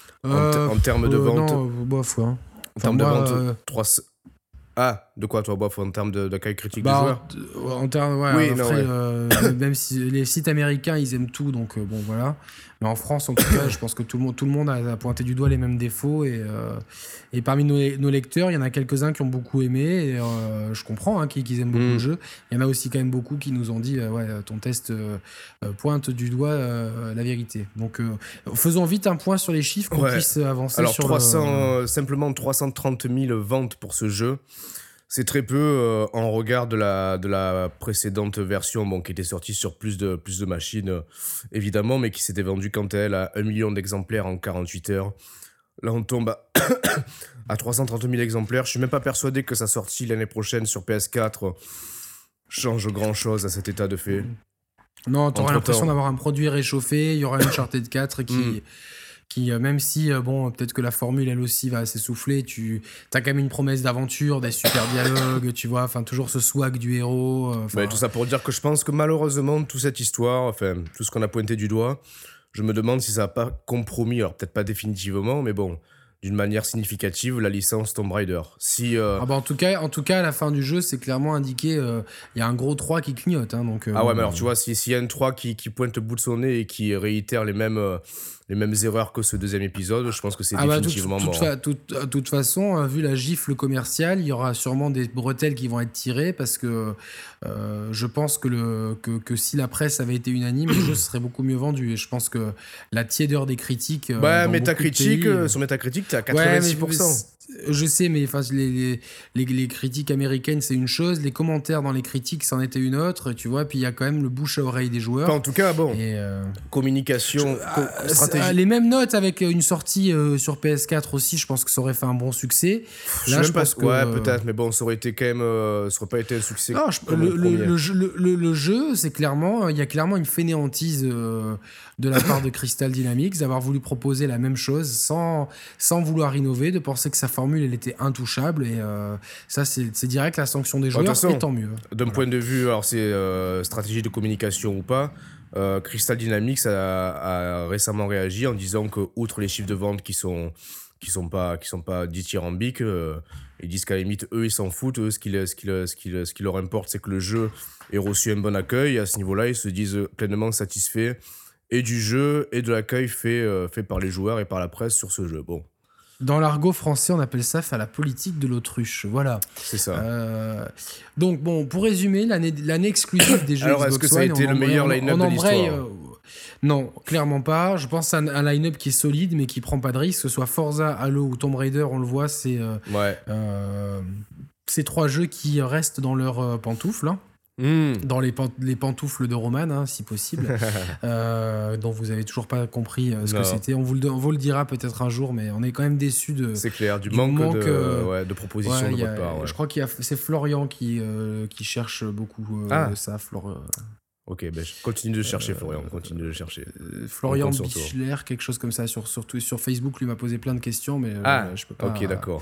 en termes de vente. Non, bof, ouais. En termes de vente, 300. Ah, de quoi toi, bof, en termes d'accueil critique des joueurs? En termes, ouais, Oui, après, non, ouais. même si les sites américains, ils aiment tout, donc bon, voilà. Mais en France, en tout cas, je pense que tout le monde a pointé du doigt les mêmes défauts. Et parmi nos lecteurs, il y en a quelques-uns qui ont beaucoup aimé. Et je comprends hein, qu'ils aiment beaucoup le jeu. Il y en a aussi quand même beaucoup qui nous ont dit ouais, ton test pointe du doigt la vérité. Donc, faisons vite un point sur les chiffres qu'on puisse avancer. Alors, sur simplement 330 000 ventes pour ce jeu. C'est très peu en regard de la précédente version, bon, qui était sortie sur plus de machines, évidemment, mais qui s'était vendue quant à elle à 1 million d'exemplaires en 48 heures. Là, on tombe à 330 000 exemplaires. Je suis même pas persuadé que sa sortie l'année prochaine sur PS4 change grand-chose à cet état de fait. Non, t'auras l'impression d'avoir un produit réchauffé. Il y aura une Uncharted 4 qui même si, bon, peut-être que la formule, elle aussi, va s'essouffler, t'as quand même une promesse d'aventure, des super dialogues, tu vois, enfin, toujours ce swag du héros. Mais tout ça pour dire que je pense que malheureusement, toute cette histoire, enfin, tout ce qu'on a pointé du doigt, je me demande si ça n'a pas compromis, alors peut-être pas définitivement, mais bon, d'une manière significative, la licence Tomb Raider. Ah bah en tout cas, à la fin du jeu, c'est clairement indiqué, il y a un gros 3 qui clignote. Hein, donc, ah ouais, mais alors tu vois, s'il y a un 3 qui pointe le bout de son nez et qui réitère les mêmes erreurs que ce deuxième épisode, je pense que c'est définitivement mort. De toute façon, vu la gifle commerciale, il y aura sûrement des bretelles qui vont être tirées parce que je pense que si la presse avait été unanime, le jeu serait beaucoup mieux vendu. Et je pense que la tiédeur des critiques. Sur Metacritic, t'es à 86%. Je sais, mais les critiques américaines, c'est une chose. Les commentaires dans les critiques, c'en était une autre, tu vois. Puis il y a quand même le bouche à oreille des joueurs. Enfin, en tout cas, bon. Communication, stratégie. Les mêmes notes avec une sortie sur PS4 aussi, je pense que ça aurait fait un bon succès. Là, je pense que. Ouais, peut-être, mais bon, ça aurait été quand même. Ça aurait pas été un succès. Non, le jeu, c'est clairement. Il y a clairement une fainéantise de la part de Crystal Dynamics d'avoir voulu proposer la même chose sans vouloir innover, de penser que sa formule elle était intouchable et ça c'est direct la sanction des joueurs et tant mieux. D'un point de vue, alors c'est stratégie de communication ou pas, Crystal Dynamics a récemment réagi en disant que outre les chiffres de vente qui sont pas dithyrambiques, ils disent qu'à la limite eux ils s'en foutent, eux ce qui leur importe c'est que le jeu ait reçu un bon accueil et à ce niveau-là ils se disent pleinement satisfaits et du jeu et de l'accueil fait par les joueurs et par la presse sur ce jeu. Bon. Dans l'argot français, on appelle ça faire la politique de l'autruche. Voilà. C'est ça. Donc, bon, pour résumer, l'année exclusive des jeux alors, Xbox est-ce que ça a été le meilleur line-up de l'histoire non, clairement pas. Je pense à un line-up qui est solide, mais qui prend pas de risque. Que ce soit Forza, Halo ou Tomb Raider, on le voit, c'est ces 3 jeux qui restent dans leurs pantoufles. Hein. Dans les pantoufles de Roman, hein, si possible, dont vous avez toujours pas compris ce que c'était. On vous le dira peut-être un jour, mais on est quand même déçus de. C'est clair, du manque de propositions de votre part. Ouais. Je crois c'est Florian qui cherche beaucoup ça. Ok, ben continue de chercher, Florian. Continue de chercher. Florian Bichler, quelque chose comme ça sur Facebook, lui m'a posé plein de questions, mais je peux pas. Ok, d'accord.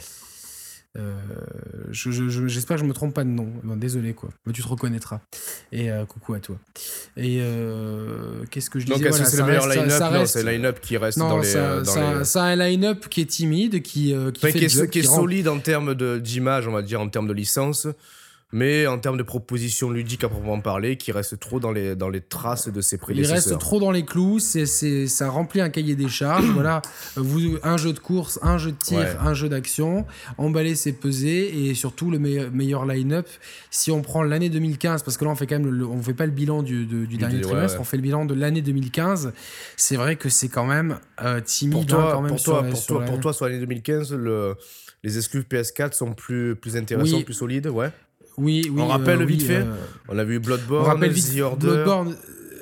J'espère que je me trompe pas de nom. Bon, désolé quoi, mais tu te reconnaîtras. Et coucou à toi. Et qu'est-ce que je disais? Donc est-ce que c'est le meilleur line-up? Non, c'est le line-up qui reste dans les. C'est un line-up qui est timide, qui est solide en termes d'image, on va dire, en termes de licence. Mais en termes de propositions ludiques à proprement parler, qui reste trop dans les traces de ses prédécesseurs. Il reste trop dans les clous, ça remplit un cahier des charges. Voilà, un jeu de course, un jeu de tir, un jeu d'action, emballer, c'est peser, et surtout le meilleur line-up. Si on prend l'année 2015, parce que là on fait quand même on fait pas le bilan du dernier trimestre, on fait le bilan de l'année 2015. C'est vrai que c'est quand même timide. Pour toi, sur l'année 2015, les exclus PS4 sont plus intéressants, plus solides, ouais. Oui, on rappelle vite fait. On a vu Bloodborne, The Order.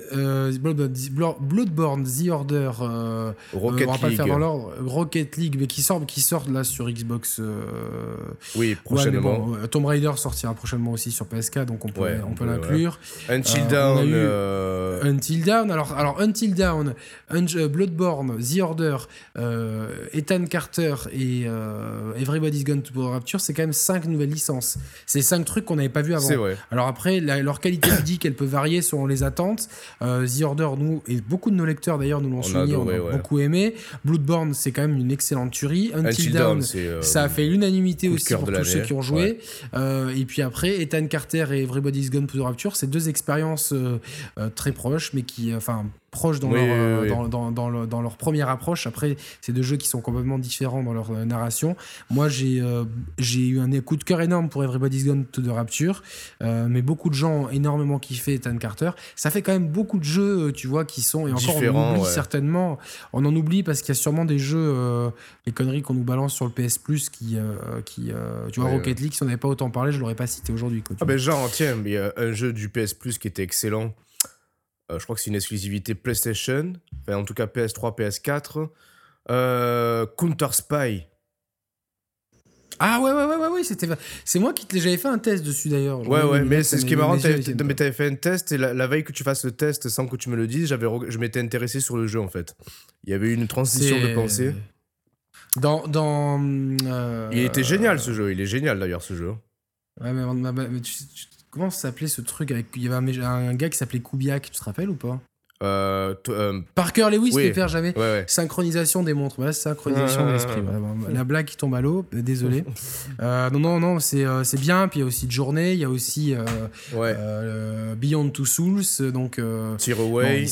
Bloodborne, The Order, Rocket on va pas le League. faire dans l'ordre, Rocket League, mais qui sort là sur Xbox. Oui, prochainement. Ouais, bon, Tomb Raider sortira prochainement aussi sur PSK, donc on peut l'inclure. Until Dawn. Until Dawn. Alors Until Dawn, Bloodborne, The Order, Ethan Carter et Everybody's Gone to Rapture, c'est quand même 5 nouvelles licences. C'est 5 trucs qu'on n'avait pas vu avant. C'est vrai. Alors après, leur qualité ludique, elle peut varier selon les attentes. The Order, nous, et beaucoup de nos lecteurs d'ailleurs nous l'ont souligné, on a beaucoup aimé. Bloodborne, c'est quand même une excellente tuerie. Until Dawn, ça a fait l'unanimité aussi pour tous ceux qui ont joué. Et puis après, Ethan Carter et Everybody's Gone to Rapture, c'est 2 expériences très proches, mais qui, proches dans leur première approche. Après, c'est 2 jeux qui sont complètement différents dans leur narration. Moi, j'ai eu un coup de cœur énorme pour Everybody's Gone to Rapture, mais beaucoup de gens ont énormément kiffé Ethan Carter. Ça fait quand même beaucoup de jeux, tu vois, qui sont... Et encore, on en oublie certainement. On en oublie parce qu'il y a sûrement des jeux, les conneries qu'on nous balance sur le PS Plus qui tu vois, Rocket League, si on n'avait pas autant parlé, je l'aurais pas cité aujourd'hui. Tiens, il y a un jeu du PS Plus qui était excellent. Je crois que c'est une exclusivité PlayStation, enfin, en tout cas PS3, PS4. Counter Spy. Ah ouais, c'est moi qui j'avais fait un test dessus d'ailleurs. Mais c'est ce qui est marrant, t'avais fait un test et la veille que tu fasses le test sans que tu me le dises, je m'étais intéressé sur le jeu en fait. Il y avait eu une transition de pensée. Il était génial ce jeu, il est génial d'ailleurs ce jeu. Ouais, mais comment ça s'appelait ce truc il y avait un gars qui s'appelait Kubiak, tu te rappelles ou pas? Parker Lewis, oui. Faire jamais. Synchronisation des montres. Voilà, synchronisation de l'esprit. La blague qui tombe à l'eau, désolé. Non, c'est bien. Puis il y a aussi de journée, il y a aussi Beyond Two Souls, donc Tearaway,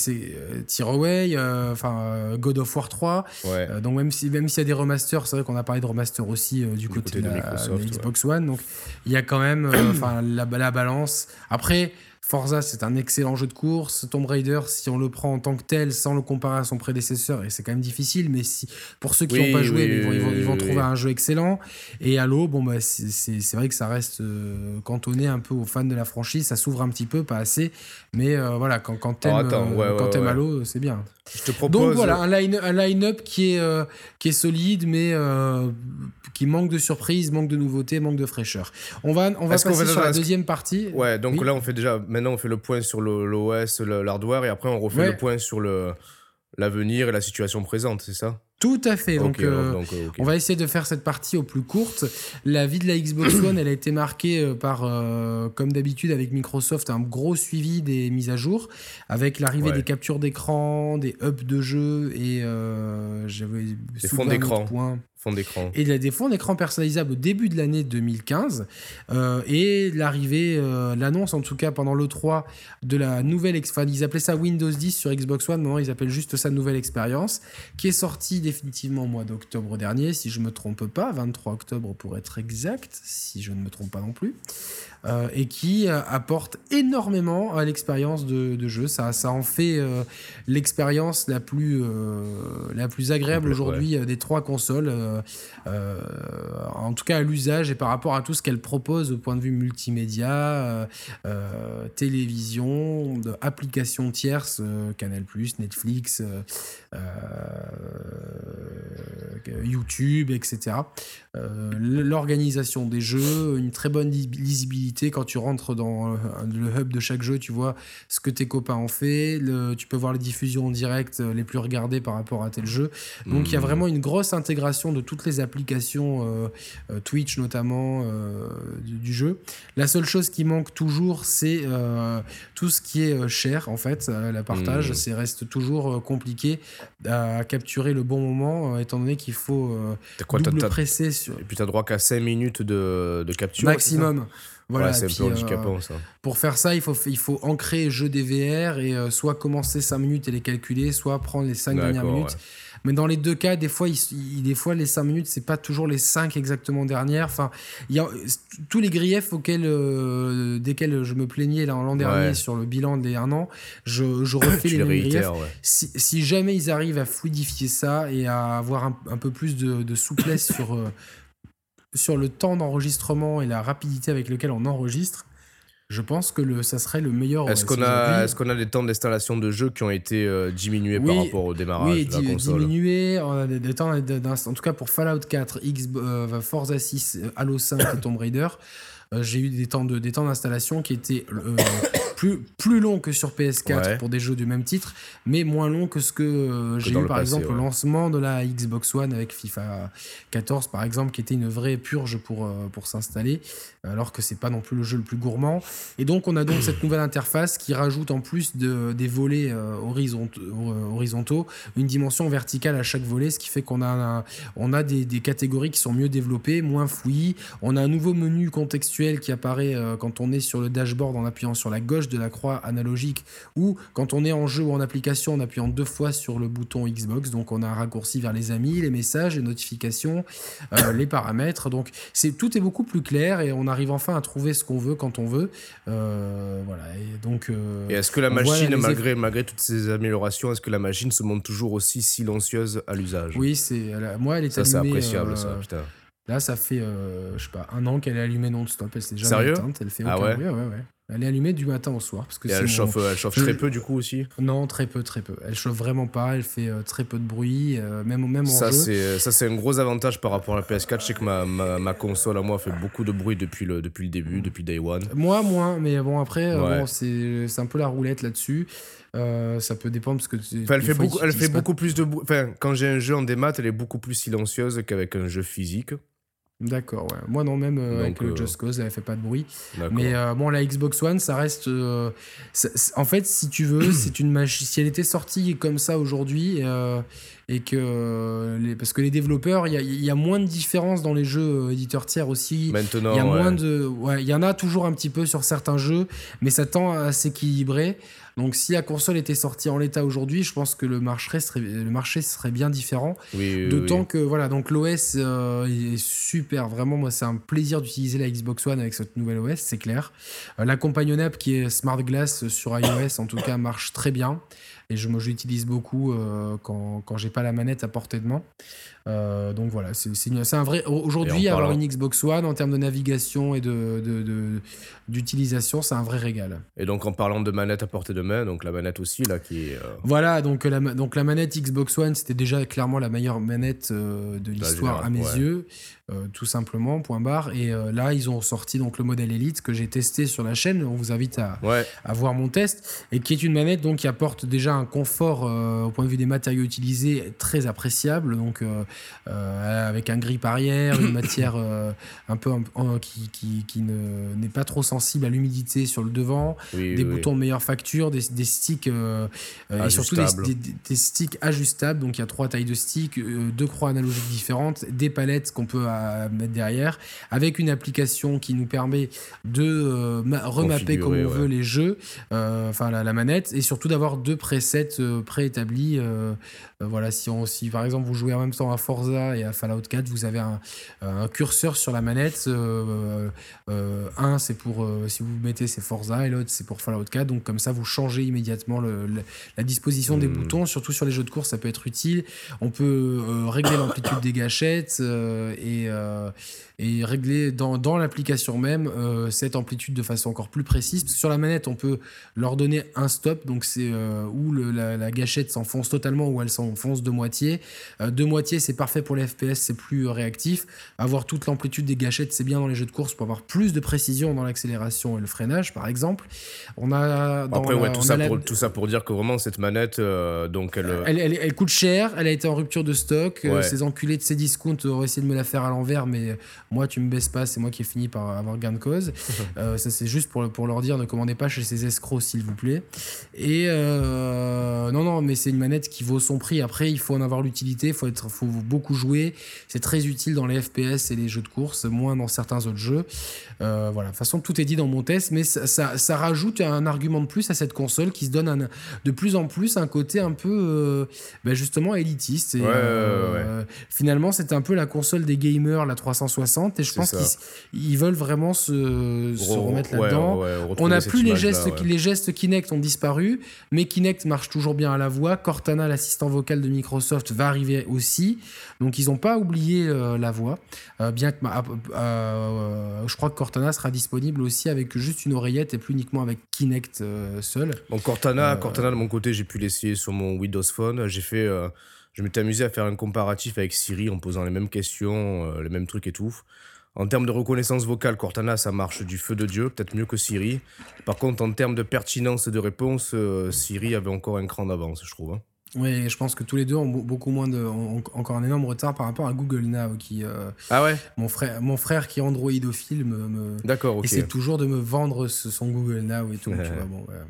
God of War 3. Donc même s'il y a des remasters, c'est vrai qu'on a parlé de remasters aussi du côté de Microsoft, Xbox One. Donc il y a quand même la balance. Après, Forza, c'est un excellent jeu de course. Tomb Raider, si on le prend en tant que tel, sans le comparer à son prédécesseur, et c'est quand même difficile, mais pour ceux qui n'ont pas joué, ils vont trouver un jeu excellent. Et Halo, c'est vrai que ça reste cantonné un peu aux fans de la franchise. Ça s'ouvre un petit peu, pas assez. Mais voilà, quand t'aimes Halo, c'est bien. Je te propose... Donc voilà, un line-up qui est solide, mais qui manque de surprise, manque de nouveautés, manque de fraîcheur. On va passer sur la deuxième partie. Ouais, donc là, maintenant on fait le point sur l'OS, l'hardware, et après on refait le point sur l'avenir et la situation présente, c'est ça ? Tout à fait. Donc, on va essayer de faire cette partie au plus courte. La vie de la Xbox One, elle a été marquée par, comme d'habitude avec Microsoft, un gros suivi des mises à jour, avec l'arrivée des captures d'écran, des hubs de jeu et j'avais des fonds d'écran. Et des fonds d'écran personnalisables au début de l'année 2015 et l'arrivée, l'annonce en tout cas pendant l'E3 de la nouvelle, ils appelaient ça Windows 10 sur Xbox One, maintenant ils appellent juste ça nouvelle expérience, qui est sortie définitivement au mois d'octobre dernier, si je ne me trompe pas, 23 octobre pour être exact, si je ne me trompe pas non plus. Et qui apporte énormément à l'expérience de jeu. Ça en fait l'expérience la plus agréable aujourd'hui des 3 consoles, en tout cas à l'usage et par rapport à tout ce qu'elle propose au point de vue multimédia, télévision, applications tierces, Canal+, Netflix, YouTube, etc. L'organisation des jeux, une très bonne lisibilité. Quand tu rentres dans le hub de chaque jeu, tu vois ce que tes copains ont fait, tu peux voir les diffusions en direct les plus regardées par rapport à tel jeu. Donc il y a vraiment une grosse intégration de toutes les applications, Twitch notamment, du jeu. La seule chose qui manque toujours, c'est tout ce qui est cher en fait, la partage, c'est reste toujours compliqué à capturer le bon moment, étant donné qu'il faut double presser sur... Et puis tu as droit qu'à 5 minutes de capture maximum. Voilà, c'est un peu handicapant ça. Pour faire ça, il faut ancrer jeu DVR et soit commencer 5 minutes et les calculer, soit prendre les 5 dernières minutes. Ouais. Mais dans les 2 cas, des fois les 5 minutes, c'est pas toujours les 5 exactement dernières. Enfin, il y a tous les griefs desquels je me plaignais l'an dernier sur le bilan des 1 an. Je refais les mêmes griefs. Ouais. Si jamais ils arrivent à fluidifier ça et à avoir un peu plus de souplesse sur le temps d'enregistrement et la rapidité avec laquelle on enregistre, je pense que ça serait le meilleur Est-ce OS qu'on aujourd'hui. a, est-ce qu'on a des temps d'installation de jeux qui ont été diminués par rapport au démarrage de la console? Diminué. On a des temps, en tout cas pour Fallout 4, Forza 6, Halo 5 et Tomb Raider. J'ai eu des temps d'installation qui étaient plus longs que sur PS4 pour des jeux du même titre, mais moins longs que ce que j'ai eu par exemple au lancement de la Xbox One avec FIFA 14 par exemple, qui était une vraie purge pour s'installer, alors que c'est pas non plus le jeu le plus gourmand. Et donc on a donc cette nouvelle interface qui rajoute en plus des volets horizontaux une dimension verticale à chaque volet, ce qui fait qu'on a des catégories qui sont mieux développées, moins fouillis. On a un nouveau menu contextuel qui apparaît quand on est sur le dashboard en appuyant sur la gauche de la croix analogique, ou quand on est en jeu ou en application en appuyant 2 fois sur le bouton Xbox. Donc on a un raccourci vers les amis, les messages, les notifications, les paramètres. Donc tout est beaucoup plus clair et on arrive enfin à trouver ce qu'on veut quand on veut. Voilà. Et donc. Et est-ce que la machine, malgré toutes ces améliorations, est-ce que la machine se montre toujours aussi silencieuse à l'usage? Oui, moi elle est allumée. Ça c'est appréciable, ça, putain. Là, ça fait, je sais pas, 1 an qu'elle est allumée non-stop. Elle s'est jamais Sérieux éteinte. Elle fait aucun bruit. Ouais. Elle est allumée du matin au soir. Parce que et elle chauffe très peu, du coup, aussi? Non, très peu. Elle chauffe vraiment pas. Elle fait très peu de bruit, même en jeu. Ça, c'est un gros avantage par rapport à la PS4. Je sais que ma console, à moi, fait beaucoup de bruit depuis le début, depuis Day One. Moi, moins. Mais bon, après, c'est un peu la roulette là-dessus. Ça peut dépendre parce que elle fait beaucoup plus de bruit. Enfin, quand j'ai un jeu en démat, elle est beaucoup plus silencieuse qu'avec un jeu physique. D'accord, ouais. Moi non, même avec le Just Cause, elle fait pas de bruit. Mais bon, la Xbox One, ça reste. En fait, si tu veux, c'est une machine. Si elle était sortie comme ça aujourd'hui, et que parce que les développeurs, il y a moins de différence dans les jeux éditeurs tiers aussi. Maintenant, il y a moins de. Ouais, il y en a toujours un petit peu sur certains jeux, mais ça tend à s'équilibrer. Donc si la console était sortie en l'état aujourd'hui, je pense que le marché serait bien différent. D'autant que voilà, donc l'OS est super, vraiment moi c'est un plaisir d'utiliser la Xbox One avec cette nouvelle OS, c'est clair. La companion app qui est Smart Glass sur iOS en tout cas marche très bien et je l'utilise beaucoup quand j'ai pas la manette à portée de main. Donc voilà, c'est un vrai. Aujourd'hui, avoir une Xbox One en termes de navigation et d'utilisation, c'est un vrai régal. Et donc en parlant de manette à portée de main, donc la manette aussi là qui est. Voilà, donc la manette Xbox One, c'était déjà clairement la meilleure manette de l'histoire à mes yeux, tout simplement. Point barre. Et là, ils ont sorti donc le modèle Elite que j'ai testé sur la chaîne. On vous invite à voir mon test et qui est une manette donc qui apporte déjà un confort au point de vue des matériaux utilisés très appréciable. Donc avec un grip arrière, une matière un peu qui n'est pas trop sensible à l'humidité sur le devant, des boutons de meilleure facture, des sticks et surtout des sticks ajustables. Donc il y a 3 tailles de sticks, 2 croix analogiques différentes, des palettes qu'on peut mettre derrière, avec une application qui nous permet de remapper comme on veut les jeux, enfin la manette, et surtout d'avoir 2 presets préétablis. Voilà, si par exemple vous jouez en même temps à Forza et à Fallout 4, vous avez un curseur sur la manette. Un c'est pour si vous mettez c'est Forza et l'autre c'est pour Fallout 4. Donc comme ça vous changez immédiatement la disposition des boutons. Surtout sur les jeux de course ça peut être utile. On peut régler l'amplitude des gâchettes et régler dans l'application même cette amplitude de façon encore plus précise. Parce que sur la manette on peut leur donner un stop. Donc c'est où la gâchette s'enfonce totalement ou elle s'enfonce de moitié. De moitié c'est parfait pour les FPS, c'est plus réactif. Avoir toute l'amplitude des gâchettes c'est bien dans les jeux de course pour avoir plus de précision dans l'accélération et le freinage par exemple. On a tout ça pour dire que vraiment cette manette donc elle coûte cher, elle a été en rupture de stock. Ces enculés de ces discounts ont essayé de me la faire à l'envers, mais moi tu me baisses pas, c'est moi qui ai fini par avoir gain de cause. Ça c'est juste pour leur dire ne commandez pas chez ces escrocs s'il vous plaît. Et non mais c'est une manette qui vaut son prix. Après il faut en avoir l'utilité, faut beaucoup jouer, c'est très utile dans les FPS et les jeux de course, moins dans certains autres jeux. Voilà, de toute façon tout est dit dans mon test, mais ça rajoute un argument de plus à cette console qui se donne de plus en plus un côté un peu justement élitiste. Et, finalement c'est un peu la console des gamers, la 360, et je pense qu'ils veulent vraiment se remettre là-dedans. On n'a plus les gestes Kinect ont disparu, mais Kinect marche toujours bien bien à la voix. Cortana, l'assistant vocal de Microsoft, va arriver aussi. Donc, ils n'ont pas oublié la voix. Bien que je crois que Cortana sera disponible aussi avec juste une oreillette et plus uniquement avec Kinect seul. Bon, Cortana, de mon côté, j'ai pu l'essayer sur mon Windows Phone. Je m'étais amusé à faire un comparatif avec Siri en posant les mêmes questions, les mêmes trucs et tout. En termes de reconnaissance vocale, Cortana, ça marche du feu de Dieu, peut-être mieux que Siri. Par contre, en termes de pertinence de réponse, Siri avait encore un cran d'avance, je trouve. Hein. Oui, je pense que tous les deux ont beaucoup moins ont encore un énorme retard par rapport à Google Now, qui Ah ouais. Mon frère qui est androïdophile D'accord, ok. essaie toujours de me vendre son Google Now et tout. Tu vois, bon, ouais.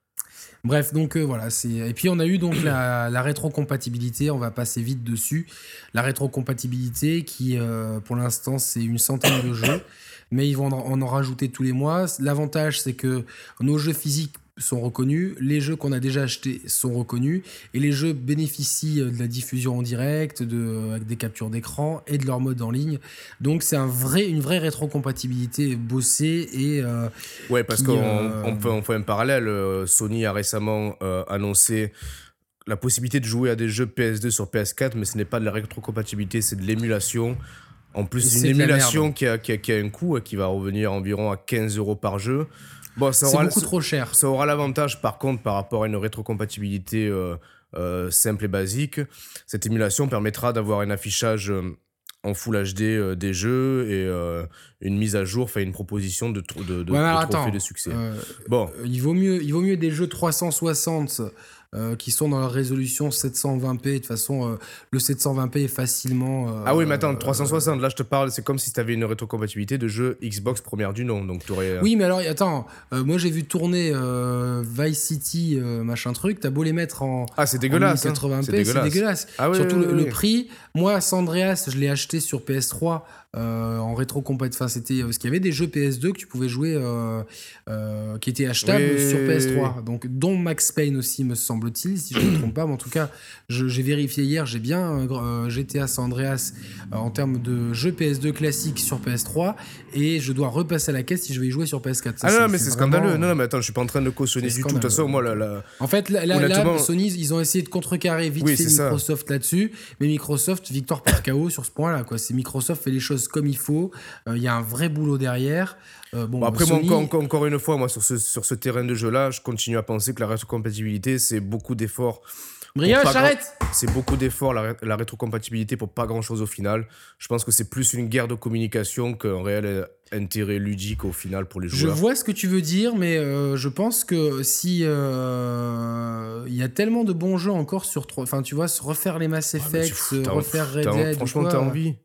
Bref, donc voilà. Et puis on a eu donc la rétrocompatibilité, on va passer vite dessus. La rétrocompatibilité qui, pour l'instant, c'est une centaine de jeux, mais ils vont en rajouter tous les mois. L'avantage, c'est que nos jeux physiques sont reconnus, les jeux qu'on a déjà achetés sont reconnus, et les jeux bénéficient de la diffusion en direct, avec des captures d'écran et de leur mode en ligne. Donc c'est une vraie rétrocompatibilité bossée et ouais, parce qu'on fait un parallèle. Sony a récemment annoncé la possibilité de jouer à des jeux PS2 sur PS4, mais ce n'est pas de la rétrocompatibilité, c'est de l'émulation. En plus, c'est une émulation qui a un coût, qui va revenir environ à 15 € par jeu. Bon, c'est beaucoup trop cher. Ça aura l'avantage, par contre, par rapport à une rétrocompatibilité simple et basique. Cette émulation permettra d'avoir un affichage en Full HD des jeux et une mise à jour, enfin une proposition de trophée de succès. Bon. Il vaut mieux des jeux 360 qui sont dans la résolution 720p. De toute façon, le 720p est facilement... ah oui, mais attends, 360, là je te parle, c'est comme si tu avais une rétrocompatibilité de jeux Xbox première du nom. Donc t'aurais, Oui, mais alors, attends, moi j'ai vu tourner Vice City, machin truc, t'as beau les mettre en... Ah, c'est dégueulasse. 1080p, c'est dégueulasse. Ah, oui, surtout oui, le prix. Moi, San Andreas, je l'ai acheté sur PS3 en rétrocompatibilité. Enfin, c'était... Parce qu'il y avait des jeux PS2 que tu pouvais jouer qui étaient achetables sur PS3. Donc, dont Max Payne aussi, me semble-t-il, si je ne me trompe pas. Mais en tout cas, j'ai vérifié hier, j'ai bien GTA San Andreas en termes de jeux PS2 classiques sur PS3 et je dois repasser à la caisse si je vais y jouer sur PS4. Ça, non, mais c'est scandaleux. Non, mais attends, je suis pas en train de cautionner du tout. De toute façon, moi, En fait, là, Sony, ils ont essayé de contrecarrer vite fait Microsoft là-dessus, mais Microsoft, victoire par KO sur ce point-là, quoi. C'est Microsoft fait les choses comme il faut. Il y a un vrai boulot derrière. Bon, après, Sony... encore une fois, moi, sur ce terrain de jeu-là, je continue à penser que la rétrocompatibilité, c'est beaucoup d'efforts. Brioche, arrête! C'est beaucoup d'efforts, la rétrocompatibilité, pour pas grand-chose au final. Je pense que c'est plus une guerre de communication qu'un réel intérêt ludique au final pour les joueurs. Je vois ce que tu veux dire, mais je pense que si il y a tellement de bons jeux encore sur 3... Enfin, tu vois, se refaire les Mass Effect, refaire Red Dead... Franchement, t'as envie.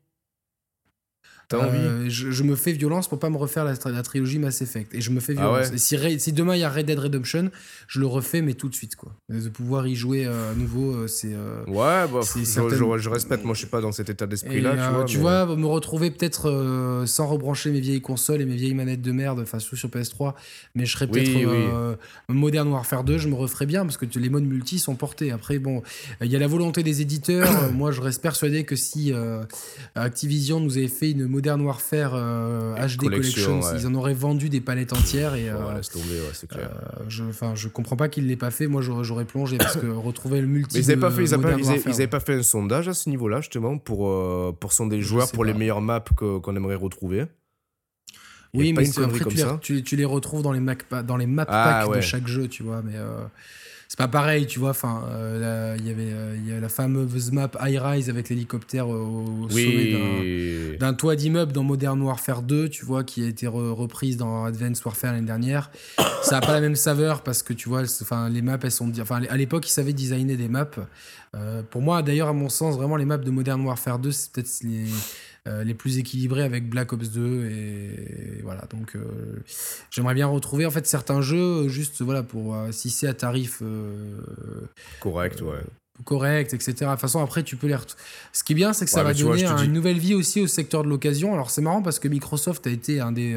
Je me fais violence pour pas me refaire la trilogie Mass Effect et je me fais violence. Ah ouais. Si demain il y a Red Dead Redemption, je le refais mais tout de suite quoi. De pouvoir y jouer à nouveau, c'est ouais, bah, je respecte. Moi je suis pas dans cet état d'esprit là, tu vois, me retrouver peut-être sans rebrancher mes vieilles consoles et mes vieilles manettes de merde, enfin sur PS3, mais je serais peut-être Modern Warfare 2, je me referais bien parce que les modes multi sont portés. Après bon, il y a la volonté des éditeurs. Moi je reste persuadé que si Activision nous avait fait une Modern Warfare HD Collection, ils en auraient vendu des palettes entières et laisse tomber, c'est clair. Je comprends pas qu'ils l'aient pas fait. Moi j'aurais plongé parce que retrouver le multi. Mais ils avaient pas fait un sondage à ce niveau-là justement pour sonder les joueurs pour les meilleures maps qu'on aimerait retrouver. Oui, mais après tu les retrouves dans les map packs de chaque jeu, tu vois, mais c'est pas pareil, tu vois. Enfin, il y a la fameuse map High Rise avec l'hélicoptère au sommet d'un toit d'immeuble dans Modern Warfare 2, tu vois, qui a été reprise dans Advanced Warfare l'année dernière. Ça a pas la même saveur parce que tu vois, les maps, elles sont, enfin, à l'époque, ils savaient designer des maps. Pour moi, d'ailleurs, à mon sens, vraiment, les maps de Modern Warfare 2, c'est peut-être les plus équilibrés avec Black Ops 2 et voilà, donc j'aimerais bien retrouver en fait certains jeux juste voilà pour si c'est à tarif correct, correctes, etc. De toute façon, après, tu peux Ce qui est bien, c'est que ça va mais tu vois, donner je te dis. une nouvelle vie aussi au secteur de l'occasion. Alors, c'est marrant parce que Microsoft a été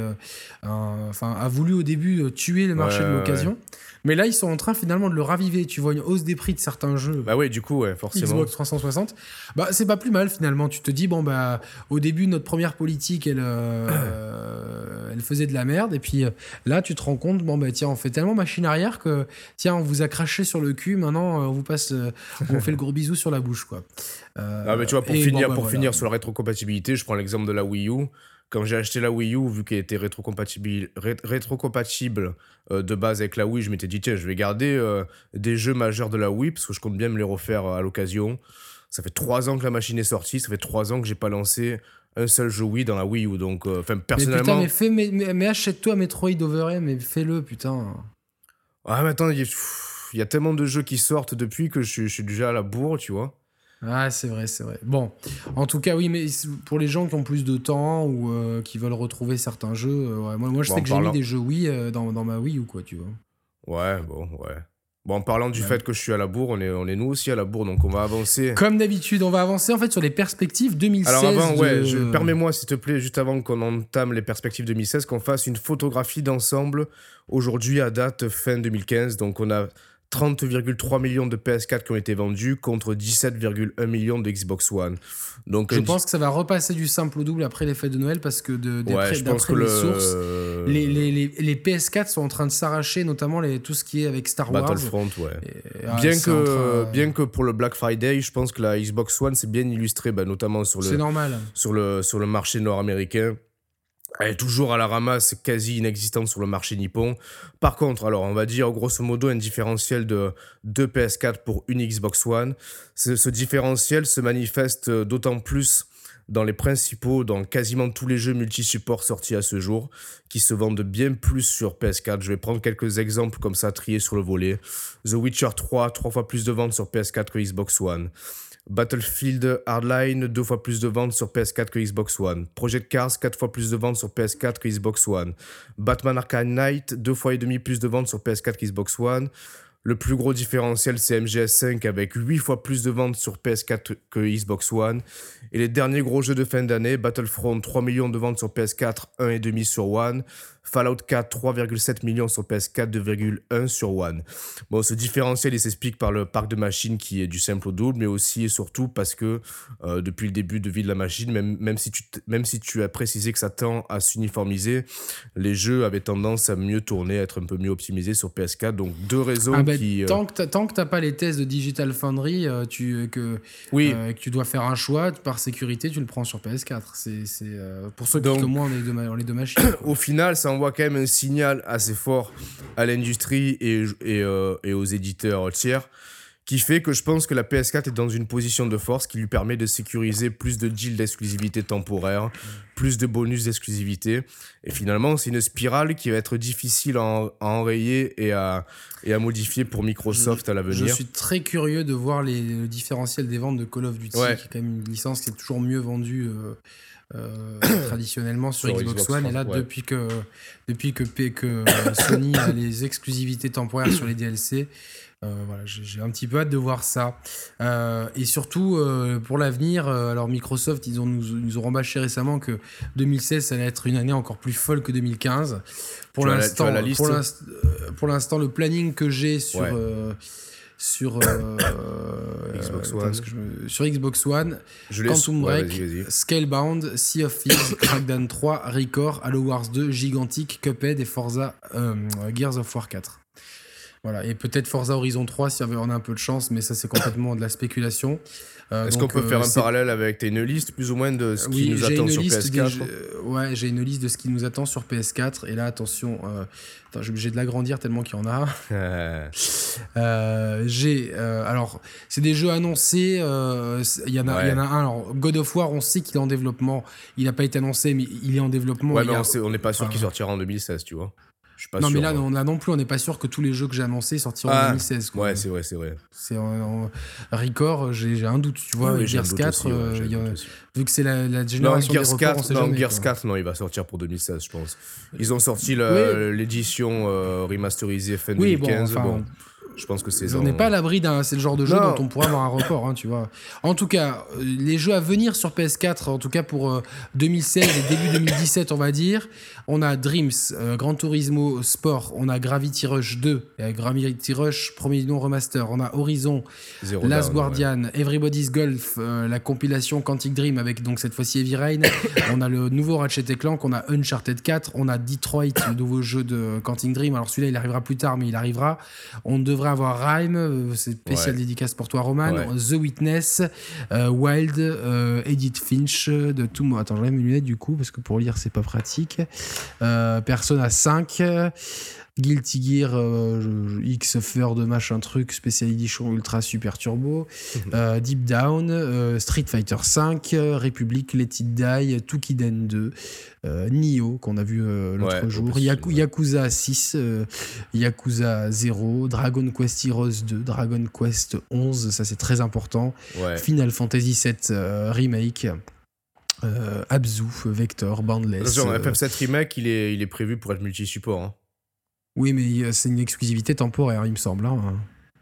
a voulu au début tuer le marché de l'occasion. Mais là, ils sont en train finalement de le raviver. Tu vois une hausse des prix de certains jeux. Bah oui, du coup, ouais, forcément. Xbox 360. Bah, c'est pas plus mal finalement. Tu te dis, bon, bah, au début, notre première politique, elle faisait de la merde. Et puis là, tu te rends compte, bon, bah, tiens, on fait tellement machine arrière que, tiens, on vous a craché sur le cul. Maintenant, on vous passe, on fait le gros bisou sur la bouche, quoi. Mais tu vois, pour finir sur la rétrocompatibilité, je prends l'exemple de la Wii U. Quand j'ai acheté la Wii U, vu qu'elle était rétrocompatible de base avec la Wii, je m'étais dit, tiens, je vais garder des jeux majeurs de la Wii parce que je compte bien me les refaire à l'occasion. Ça fait 3 ans que la machine est sortie, ça fait 3 ans que j'ai pas lancé un seul jeu Wii dans la Wii U. Donc, personnellement. Mais putain, mais achète-toi Metroid Overhead, mais fais-le, putain. Ah, mais attends, il y a tellement de jeux qui sortent depuis que je suis déjà à la bourre, tu vois. Ah, c'est vrai. Bon, en tout cas, oui, mais pour les gens qui ont plus de temps ou qui veulent retrouver certains jeux, moi je sais que j'ai mis des jeux Wii dans ma Wii ou quoi, tu vois. Ouais. Bon, en parlant du fait que je suis à la bourre, on est nous aussi à la bourre, donc on va avancer. Comme d'habitude, on va avancer en fait sur les perspectives 2016. Alors avant, permets-moi s'il te plaît, juste avant qu'on entame les perspectives 2016, qu'on fasse une photographie d'ensemble aujourd'hui à date fin 2015. Donc on a 30,3 millions de PS4 qui ont été vendus contre 17,1 millions de Xbox One. Donc, je pense que ça va repasser du simple au double après les fêtes de Noël parce que d'après les sources, les PS4 sont en train de s'arracher, notamment tout ce qui est avec Star Wars. Battlefront, ouais. Bien que pour le Black Friday, je pense que la Xbox One s'est bien illustrée, notamment sur le marché nord-américain. Elle est toujours à la ramasse, quasi inexistante sur le marché nippon. Par contre, alors on va dire grosso modo un différentiel de 2 PS4 pour une Xbox One. Ce différentiel se manifeste d'autant plus dans quasiment tous les jeux multi-supports sortis à ce jour, qui se vendent bien plus sur PS4. Je vais prendre quelques exemples comme ça, triés sur le volet. The Witcher 3 fois plus de ventes sur PS4 que Xbox One. Battlefield Hardline, 2 fois plus de ventes sur PS4 que Xbox One. Project Cars, 4 fois plus de ventes sur PS4 que Xbox One. Batman Arkham Knight, 2 fois et demi plus de ventes sur PS4 que Xbox One. Le plus gros différentiel, c'est MGS5 avec 8 fois plus de ventes sur PS4 que Xbox One. Et les derniers gros jeux de fin d'année, Battlefront, 3 millions de ventes sur PS4, 1,5 sur One. Fallout 4, 3,7 millions sur PS4, 2,1 sur One. Bon, ce différentiel, il s'explique par le parc de machines qui est du simple au double, mais aussi et surtout parce que depuis le début de vie de la machine, même si tu as précisé que ça tend à s'uniformiser, les jeux avaient tendance à mieux tourner, à être un peu mieux optimisés sur PS4. Donc, deux raisons qui... Tant que tu n'as pas les tests de Digital Foundry, que tu dois faire un choix, par sécurité, tu le prends sur PS4. C'est pour ceux qui ont moins les deux machines. Au final, ça envoie quand même un signal assez fort à l'industrie et aux éditeurs tiers qui fait que je pense que la PS4 est dans une position de force qui lui permet de sécuriser plus de deals d'exclusivité temporaire, plus de bonus d'exclusivité. Et finalement, c'est une spirale qui va être difficile à enrayer et à modifier pour Microsoft à l'avenir. Je suis très curieux de voir le différentiel des ventes de Call of Duty, qui est quand même une licence qui est toujours mieux vendue traditionnellement sur Xbox One. Et là, depuis que Sony a les exclusivités temporaires sur les DLC, j'ai un petit peu hâte de voir ça. Et surtout, pour l'avenir, alors Microsoft, ils nous ont rembâché récemment que 2016, ça allait être une année encore plus folle que 2015. Pour l'instant, le planning que j'ai sur Xbox One, Quantum Break, Scalebound, Sea of Thieves, Crackdown 3, Record, Halo Wars 2, Gigantic, Cuphead et Forza Gears of War 4. Voilà, et peut-être Forza Horizon 3 si on a un peu de chance, mais ça c'est complètement de la spéculation. Est-ce qu'on peut faire un parallèle avec une liste plus ou moins de ce qui nous attend sur PS4 j'ai une liste de ce qui nous attend sur PS4. Et là, attention, je suis obligé de l'agrandir tellement qu'il y en a. Alors, c'est des jeux annoncés. Il y en a un. Alors, God of War, on sait qu'il est en développement. Il n'a pas été annoncé, mais il est en développement. Ouais, mais on n'est pas sûr qu'il sortira en 2016, tu vois. Je suis pas sûr. Mais là non plus, on n'est pas sûr que tous les jeux que j'ai annoncés sortiront en 2016. Quoi. Ouais, c'est vrai. C'est Record, j'ai un doute, tu vois. Gears 4, vu que c'est la génération des records, on sait jamais. Gears 4, non, il va sortir pour 2016, je pense. Ils ont sorti l'édition remasterisée fin 2015. Je pense que c'est... On n'est pas à l'abri c'est le genre de jeu dont on pourrait avoir un report, hein, tu vois. En tout cas, les jeux à venir sur PS4, en tout cas pour 2016 et début 2017, on va dire, on a Dreams, Gran Turismo Sport, on a Gravity Rush 2, Gravity Rush premier nom remaster, on a Horizon, Last Guardian, Everybody's Golf, la compilation Quantic Dream avec donc cette fois-ci Heavy Rain, on a le nouveau Ratchet & Clank, on a Uncharted 4, on a Detroit, le nouveau jeu de Quantic Dream. Alors celui-là, il arrivera plus tard, mais il arrivera. On devrait avoir Rime, c'est spécial dédicace pour toi, Roman. The Witness, Wild, Edith Finch de tout. Attends, j'enlève mes lunettes du coup parce que pour lire c'est pas pratique. Persona 5. Guilty Gear X Third de machin truc Special Edition Ultra Super Turbo, Deep Down, Street Fighter 5, Republic, Let It Die, Toukiden 2, Nioh qu'on a vu l'autre jour, Yakuza 6, Yakuza 0, Dragon Quest Heroes 2, Dragon Quest 11, ça c'est très important, Final Fantasy 7 Remake, Abzu, Vector, Boundless. Attention, FF7 Remake il est prévu pour être multi-support, hein. Oui, mais c'est une exclusivité temporaire, il me semble. Hein.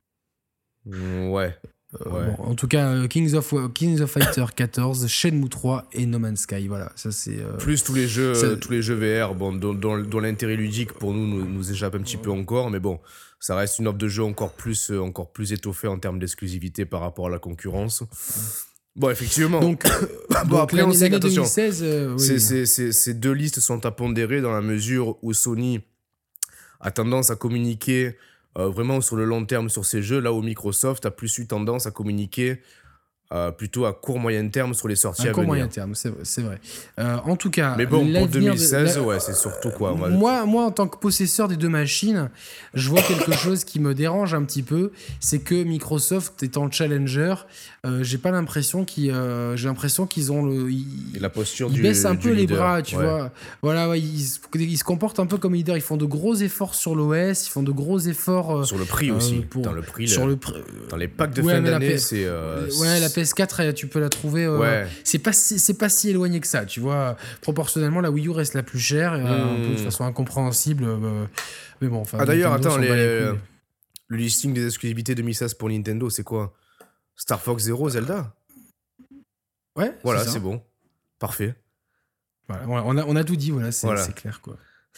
Bon, en tout cas, Kings of Fighter 14, Shenmue 3 et No Man's Sky. Voilà, ça c'est. Plus tous les jeux VR, bon, dont l'intérêt ludique pour nous échappe un petit peu encore, mais bon, ça reste une offre de jeu encore plus étoffée en termes d'exclusivité par rapport à la concurrence. Bon, effectivement. Donc après, on sait qu'attention, 2016, ces deux listes sont à pondérer dans la mesure où Sony a tendance à communiquer vraiment sur le long terme sur ces jeux, là où Microsoft a plus eu tendance à communiquer plutôt à court-moyen terme sur les sorties à venir. Court-moyen terme, c'est vrai. En tout cas... Mais bon, pour 2016, c'est surtout quoi moi, en tant que possesseur des deux machines, je vois quelque chose qui me dérange un petit peu, c'est que Microsoft étant challenger, j'ai l'impression qu'ils ont la posture ils baissent un peu les leader, bras, tu vois. Voilà, ils se comportent un peu comme leader. Ils font de gros efforts sur l'OS, ils font de gros efforts... sur le prix aussi. Dans le prix, dans les packs de fin d'année, c'est... la PS4, tu peux la trouver... c'est pas si éloigné que ça, tu vois. Proportionnellement, la Wii U reste la plus chère, un peu de façon incompréhensible. Mais bon, enfin... d'ailleurs, attends, le listing des exclusivités 2016 pour Nintendo, c'est quoi ? Star Fox Zero, Zelda ? Ouais, voilà, c'est bon. Parfait. Voilà, on a tout dit, c'est clair, quoi.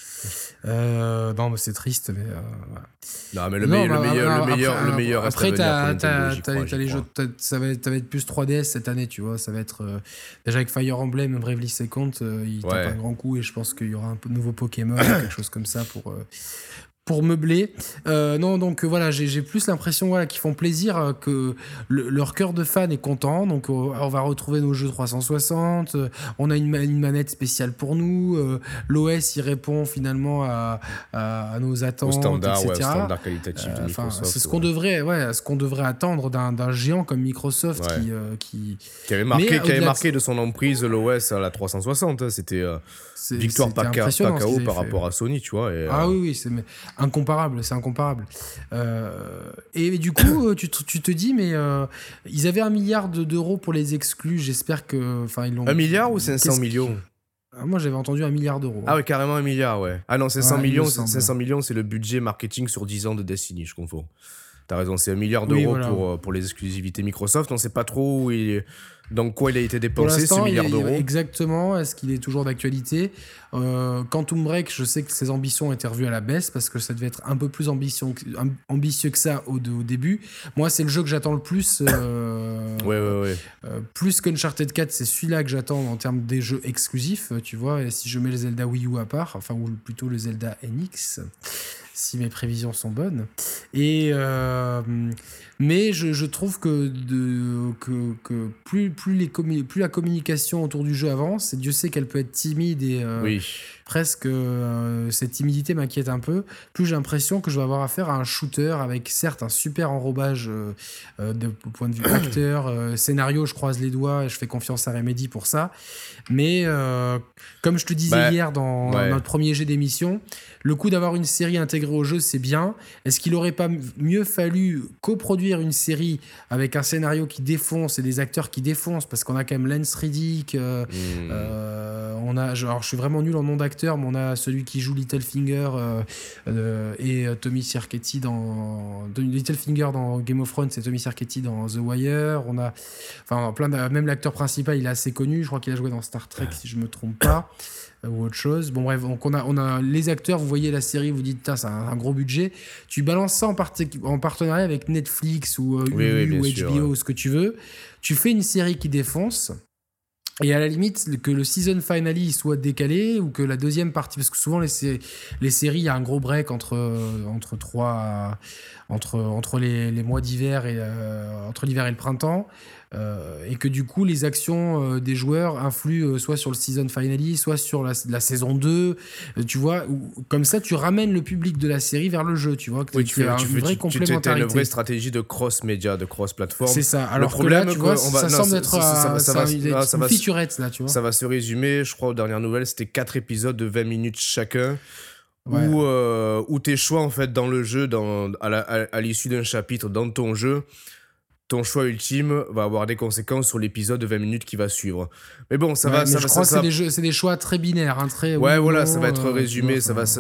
Non, c'est triste, mais voilà. Non, mais le meilleur après t'as les jeux, ça va être plus 3DS cette année, tu vois. Ça va être déjà avec Fire Emblem, Bravely Second, il tape un grand coup et je pense qu'il y aura un nouveau Pokémon, quelque chose comme ça pour meubler. Non, donc voilà, j'ai plus l'impression qu'ils font plaisir, que leur cœur de fan est content. Donc on va retrouver nos jeux 360. On a une manette spéciale pour nous. L'OS, il répond finalement à nos attentes, au standard, etc. Au standard qualitatif de Microsoft. C'est ce qu'on devrait attendre d'un géant comme Microsoft qui avait marqué de son emprise l'OS à la 360. C'était victoire par KO par rapport à Sony, tu vois. Oui, c'est incomparable. Et du coup, tu te dis, mais ils avaient 1 milliard d'euros pour les exclus. J'espère que, ils l'ont. 1 milliard ou 500 millions? Moi, j'avais entendu 1 milliard d'euros. Ah ouais, carrément 1 milliard, ouais. Ah non, 500 millions, 500 millions, c'est le budget marketing sur 10 ans de Destiny, je confonds. T'as raison, c'est 1 milliard d'euros pour les exclusivités Microsoft. On sait pas trop dans quoi il a été dépensé, ce milliard d'euros. Exactement, est-ce qu'il est toujours d'actualité? Quantum Break, je sais que ses ambitions ont été revues à la baisse parce que ça devait être un peu plus ambitieux que ça au début. Moi, c'est le jeu que j'attends le plus. Plus qu'Uncharted 4, c'est celui-là que j'attends en termes des jeux exclusifs, tu vois. Et si je mets le Zelda Wii U à part, ou plutôt le Zelda NX, si mes prévisions sont bonnes. Mais je trouve que plus la communication autour du jeu avance, et Dieu sait qu'elle peut être timide et presque cette timidité m'inquiète un peu, plus j'ai l'impression que je vais avoir affaire à un shooter avec certes un super enrobage de point de vue acteur, scénario, je croise les doigts et je fais confiance à Remedy pour ça, mais comme je te disais hier dans notre premier jet d'émission, le coup d'avoir une série intégrée au jeu, c'est bien. Est-ce qu'il aurait pas mieux fallu coproduire une série avec un scénario qui défonce et des acteurs qui défoncent, parce qu'on a quand même Lance Reddick, alors je suis vraiment nul en nom d'acteur, acteurs, mais on a celui qui joue Littlefinger et Tommy Sierketti dans Littlefinger dans Game of Thrones, c'est Tommy Sierketti dans The Wire. On a même l'acteur principal, il est assez connu, je crois qu'il a joué dans Star Trek si je me trompe pas. Ou autre chose. Bon bref, donc on a les acteurs, vous voyez la série, vous dites c'est un gros budget, tu balances ça en partenariat avec Netflix ou Hulu ou HBO ou ce que tu veux, tu fais une série qui défonce. Et à la limite, que le season finale soit décalé ou que la deuxième partie, parce que souvent les séries, il y a un gros break entre les mois d'hiver et entre l'hiver et le printemps, et que du coup les actions des joueurs influent soit sur le season finale, soit sur la saison 2, tu vois, comme ça tu ramènes le public de la série vers le jeu, tu vois, tu fais une vraie stratégie de cross-média, de cross-platform. C'est ça. Alors le problème, que là, tu vois, ça semble être une featurette, là, tu vois. Ça va se résumer, je crois, aux dernières nouvelles, c'était 4 épisodes de 20 minutes chacun. Ouais. Où tes choix, en fait, dans le jeu, à l'issue d'un chapitre dans ton jeu, ton choix ultime va avoir des conséquences sur l'épisode de 20 minutes qui va suivre. Mais bon, je crois que c'est des choix très binaires. Hein, très ouais, voilà, ça va être résumé, ça va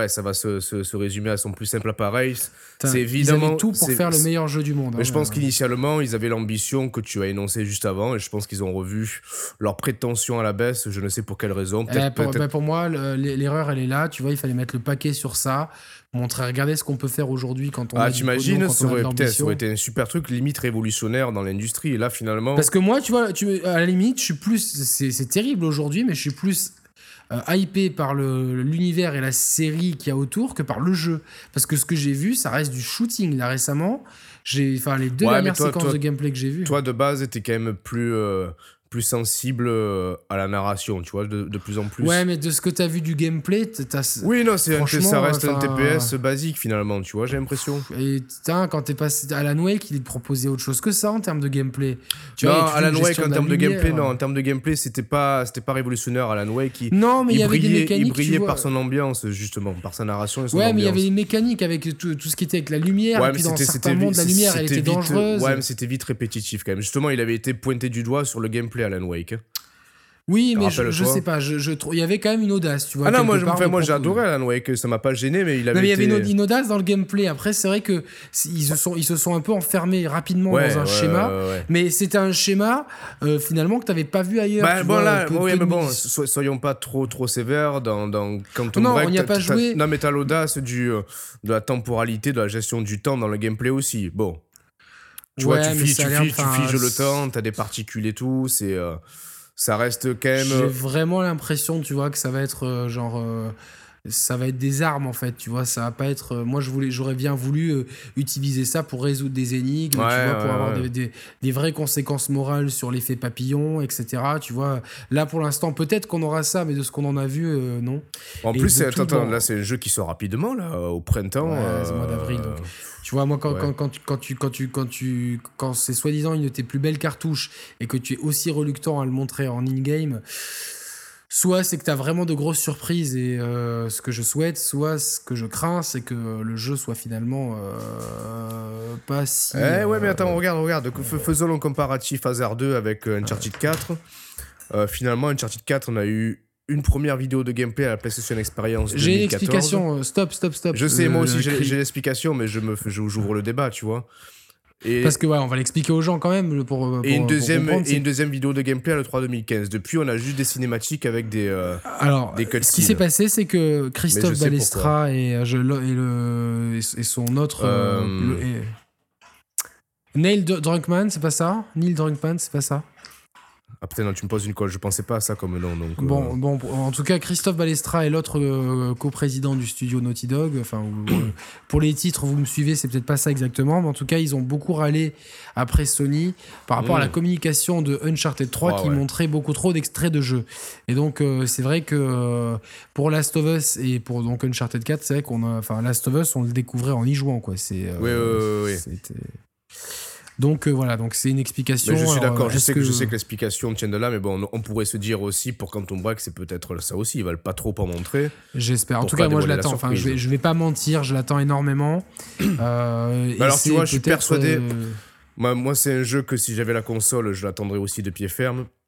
se résumer à son plus simple appareil. C'est évidemment... Ils avaient tout pour faire le meilleur jeu du monde. Mais je pense qu'initialement, ils avaient l'ambition que tu as énoncée juste avant, et je pense qu'ils ont revu leurs prétentions à la baisse, je ne sais pour quelle raison. Pour moi, l'erreur, elle est là. Tu vois, il fallait mettre le paquet sur ça. Montrer, regardez ce qu'on peut faire aujourd'hui quand on a du t'imagines, pognon, ça aurait été un super truc, limite révolutionnaire dans l'industrie. Et là, finalement... Parce que moi, tu vois, à la limite, je suis plus... C'est terrible aujourd'hui, mais je suis plus hypé par l'univers et la série qu'il y a autour que par le jeu. Parce que ce que j'ai vu, ça reste du shooting. Là, récemment, les deux dernières séquences de gameplay que j'ai vues... Toi, de base, t'es quand même plus sensible à la narration, tu vois, de plus en plus. Ouais, mais de ce que t'as vu du gameplay, oui, non, ça reste un TPS basique, finalement, tu vois, j'ai l'impression. Et quand t'es passé à Alan Wake, il te proposait autre chose que ça en termes de gameplay. Alan Wake, en termes de gameplay, non, en termes de gameplay, c'était pas révolutionnaire, Alan Wake. Non, mais il y avait des mécaniques. Il brillait par son ambiance, justement, par sa narration et son ambiance. Ouais, mais il y avait des mécaniques avec tout ce qui était avec la lumière, ouais, et puis dans certains mondes, la lumière, elle était dangereuse. Ouais, mais c'était vite répétitif, quand même. Justement, il avait été pointé du doigt sur le gameplay Alan Wake. Oui, mais je sais pas, il y avait quand même une audace, tu vois. Ah non, moi j'ai adoré Alan Wake, ça m'a pas gêné, mais il avait y avait une audace dans le gameplay. Après, c'est vrai que ils se sont un peu enfermés rapidement dans un schéma, mais c'était un schéma finalement que t'avais pas vu ailleurs. Soyons pas trop sévères dans Quantum Break. Non, on n'y a pas joué. Non, mais t'as l'audace de la temporalité, de la gestion du temps dans le gameplay aussi. Bon, tu vois, tu figes le temps, t'as des particules et tout, c'est... ça reste quand même... J'ai vraiment l'impression, tu vois, que ça va être ça va être des armes, en fait, tu vois, ça va pas être... moi, j'aurais bien voulu utiliser ça pour résoudre des énigmes, tu vois, pour avoir des vraies conséquences morales sur l'effet papillon, etc., tu vois. Là, pour l'instant, peut-être qu'on aura ça, mais de ce qu'on en a vu, non. En plus, là, c'est un jeu qui sort rapidement, là, au printemps. Ouais, c'est le mois d'avril, donc... Tu vois, moi, quand c'est soi-disant une de tes plus belles cartouches et que tu es aussi reluctant à le montrer en in-game, soit c'est que tu as vraiment de grosses surprises et ce que je souhaite, soit ce que je crains, c'est que le jeu soit finalement pas si... ouais, mais attends, regarde. Faisons le comparatif Hazard 2 avec Uncharted 4. Finalement, Uncharted 4, on a eu une première vidéo de gameplay à la PlayStation Experience 2014. J'ai l'explication, stop. Je sais, moi aussi j'ai l'explication, mais j'ouvre le débat, tu vois. Parce que on va l'expliquer aux gens quand même. Et une deuxième vidéo de gameplay à l'E3 2015. Depuis, on a juste des cinématiques avec des cutscenes. Ce qui s'est passé, c'est que Christophe Balestra et son autre... Neil Druckmann, c'est pas ça? Neil Druckmann, c'est pas ça? Ah putain, non, tu me poses une colle, je pensais pas à ça comme nom. Donc, Bon, en tout cas, Christophe Balestra est l'autre coprésident du studio Naughty Dog. Enfin, pour les titres, vous me suivez, c'est peut-être pas ça exactement, mais en tout cas, ils ont beaucoup râlé après Sony par rapport à la communication de Uncharted 3 qui montrait beaucoup trop d'extraits de jeu. Et donc, c'est vrai que pour Last of Us et pour donc Uncharted 4, c'est vrai Last of Us, on le découvrait en y jouant, quoi. Oui. C'était... Donc voilà, donc c'est une explication. Mais je suis d'accord, je sais que l'explication tient de là, mais bon, on pourrait se dire aussi pour Quantum Break, c'est peut-être ça aussi, ils veulent pas trop en montrer. J'espère. En tout cas, moi je l'attends. Enfin, je vais pas mentir, je l'attends énormément. Alors tu vois, je suis persuadé. Moi, c'est un jeu que si j'avais la console, je l'attendrais aussi de pied ferme.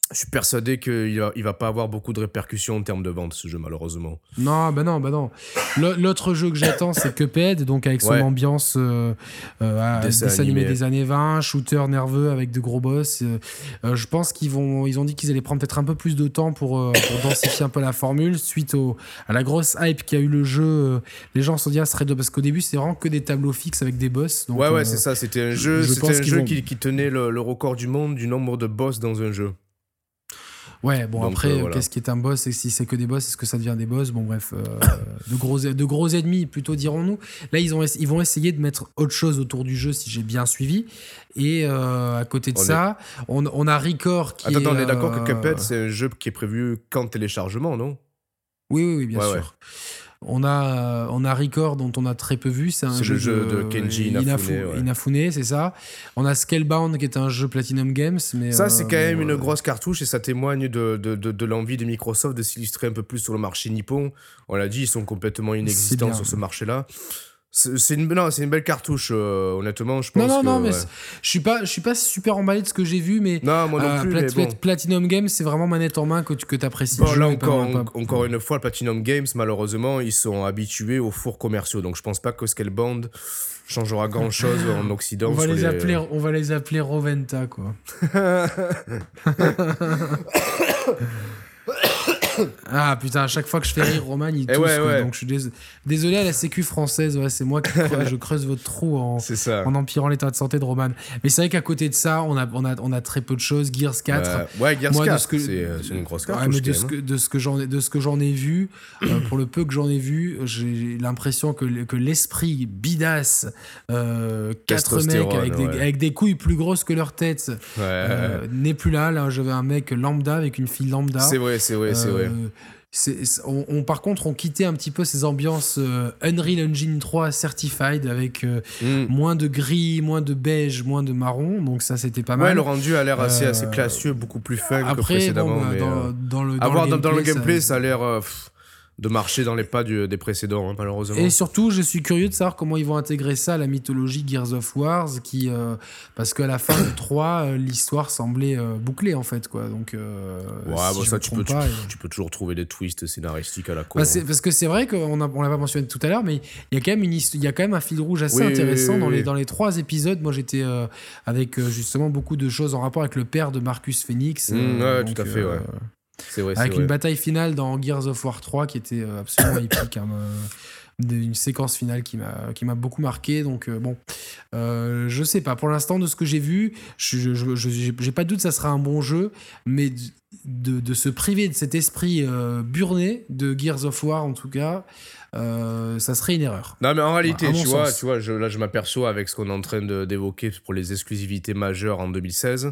Je suis persuadé qu'il va pas avoir beaucoup de répercussions en termes de vente, ce jeu, malheureusement. Non, bah non, bah non. L'autre jeu que j'attends, c'est Cuphead, donc avec son Ouais, ambiance dessin animé des années 20, shooter nerveux avec de gros boss. Je pense ils ont dit qu'ils allaient prendre peut-être un peu plus de temps pour densifier un peu la formule suite à la grosse hype qu'a eu le jeu. Les gens se sont dit, ah, ce serait parce qu'au début, c'est vraiment que des tableaux fixes avec des boss. Donc, ouais, c'est ça. C'était un jeu, qui tenait le record du monde du nombre de boss dans un jeu. Ouais, bon, donc, après, voilà. qu'est-ce qui est un boss et si c'est que des boss, est-ce que ça devient des boss? Bon, bref, de gros ennemis, plutôt, dirons-nous. Là, ils vont essayer de mettre autre chose autour du jeu, si j'ai bien suivi. Et à côté de ça, on a Record qui Attends, on est d'accord que Cuphead, c'est un jeu qui est prévu qu'en téléchargement, non? Oui, bien sûr. Ouais. On a Record dont on a très peu vu, c'est le jeu de Kenji Inafune, c'est ça. On a Scalebound qui est un jeu Platinum Games, mais ça c'est quand même une grosse cartouche et ça témoigne de l'envie de Microsoft de s'illustrer un peu plus sur le marché nippon. On l'a dit, ils sont complètement inexistants sur ce marché-là. C'est une belle cartouche, honnêtement, je pense. Non, mais je suis pas super emballé de ce que j'ai vu, mais non, moi non plus, mais bon. Platinum Games, c'est vraiment manette en main que t'apprécies. Bon, là encore une fois, Platinum Games, malheureusement, ils sont habitués aux fours commerciaux, donc je pense pas que Scalebound changera grand chose en Occident. On va les appeler Roventa, quoi. Ah putain, à chaque fois que je fais rire Roman, il tousse. Donc je suis désolé à la sécu française, c'est moi qui je creuse votre trou en empirant l'état de santé de Roman. Mais c'est vrai qu'à côté de ça, on a très peu de choses. Gears 4. Gears 4, c'est une grosse carte. De ce que j'en ai vu, pour le peu que j'en ai vu, j'ai l'impression que l'esprit bidasse, 4 mecs avec des couilles plus grosses que leur tête, n'est plus là. Là, j'avais un mec lambda avec une fille lambda. C'est vrai. Par contre, on quittait un petit peu ces ambiances Unreal Engine 3 certified avec moins de gris, moins de beige, moins de marron. Donc ça, c'était pas mal. Ouais, le rendu a l'air assez classieux, beaucoup plus fun que précédemment. Dans le gameplay, ça a l'air de marcher dans les pas des précédents, malheureusement. Et surtout, je suis curieux de savoir comment ils vont intégrer ça à la mythologie Gears of War, parce qu'à la fin du 3, l'histoire semblait bouclée, en fait, quoi. Donc, tu peux toujours trouver des twists scénaristiques à la con. Parce que c'est vrai qu'on l'a pas mentionné tout à l'heure, mais il y a quand même un fil rouge assez intéressant dans les 3 épisodes. Moi, j'étais avec justement beaucoup de choses en rapport avec le père de Marcus Phoenix. Tout à fait, ouais. C'est vrai, avec une bataille finale dans Gears of War 3 qui était absolument épique, une séquence finale qui m'a beaucoup marqué. Donc je sais pas, pour l'instant de ce que j'ai vu, j'ai pas de doute que ça sera un bon jeu, mais de se priver de cet esprit burné de Gears of War en tout cas, ça serait une erreur. Non mais en réalité, tu vois, là je m'aperçois avec ce qu'on est en train d'évoquer pour les exclusivités majeures en 2016,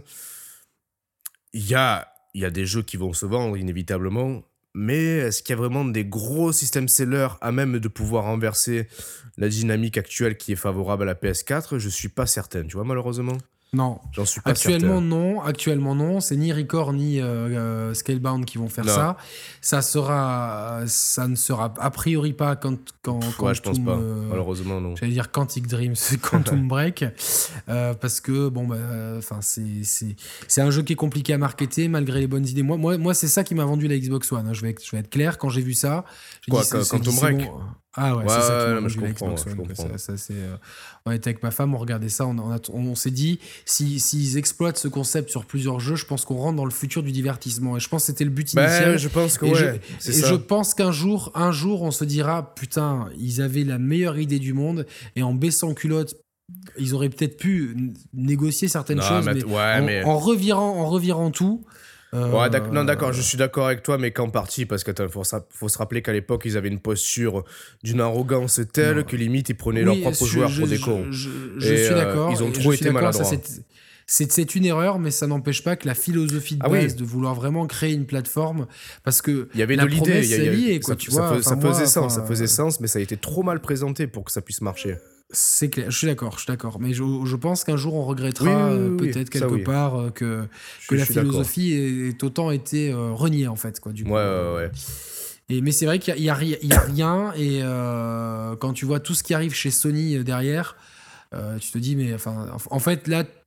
il y a des jeux qui vont se vendre inévitablement, mais est-ce qu'il y a vraiment des gros système sellers à même de pouvoir renverser la dynamique actuelle qui est favorable à la PS4 ? Je suis pas certain, tu vois, malheureusement. Non. J'en suis pas Actuellement, certain. Actuellement, non. C'est ni Record ni Scalebound qui vont faire ça. Ça ne sera a priori pas quand je pense pas. Malheureusement, non. J'allais dire Quantic Dream, c'est Quantum Break. Parce que, c'est un jeu qui est compliqué à marketer malgré les bonnes idées. Moi c'est ça qui m'a vendu la Xbox One. Je vais être clair. Quand j'ai vu ça, j'ai dit Quantum Break. Bon. Ah ouais, c'est ça qui m'a vendu la Xbox One. On était avec ma femme, on regardait ça, on s'est dit, s'ils exploitent ce concept sur plusieurs jeux, je pense qu'on rentre dans le futur du divertissement. Et je pense que c'était le but initial. Je pense que je pense qu'un jour, on se dira, putain, ils avaient la meilleure idée du monde, et en baissant culotte, ils auraient peut-être pu négocier certaines choses, mais en revirant tout. D'accord, je suis d'accord avec toi, mais qu'en partie, parce que faut se rappeler qu'à l'époque, ils avaient une posture d'une arrogance telle que limite, ils prenaient leurs propres joueurs pour des cons. Je suis d'accord. Ils ont trop été maladroits. C'est une erreur, mais ça n'empêche pas que la philosophie de base de vouloir vraiment créer une plateforme, parce que il y avait de l'idée, ça faisait sens, mais ça a été trop mal présenté pour que ça puisse marcher. C'est clair, je suis d'accord, mais je pense qu'un jour on regrettera peut-être quelque part que la philosophie ait autant été reniée en fait, quoi, du coup. Ouais. Mais c'est vrai qu'il y a rien, et quand tu vois tout ce qui arrive chez Sony derrière, tu te dis mais en fait là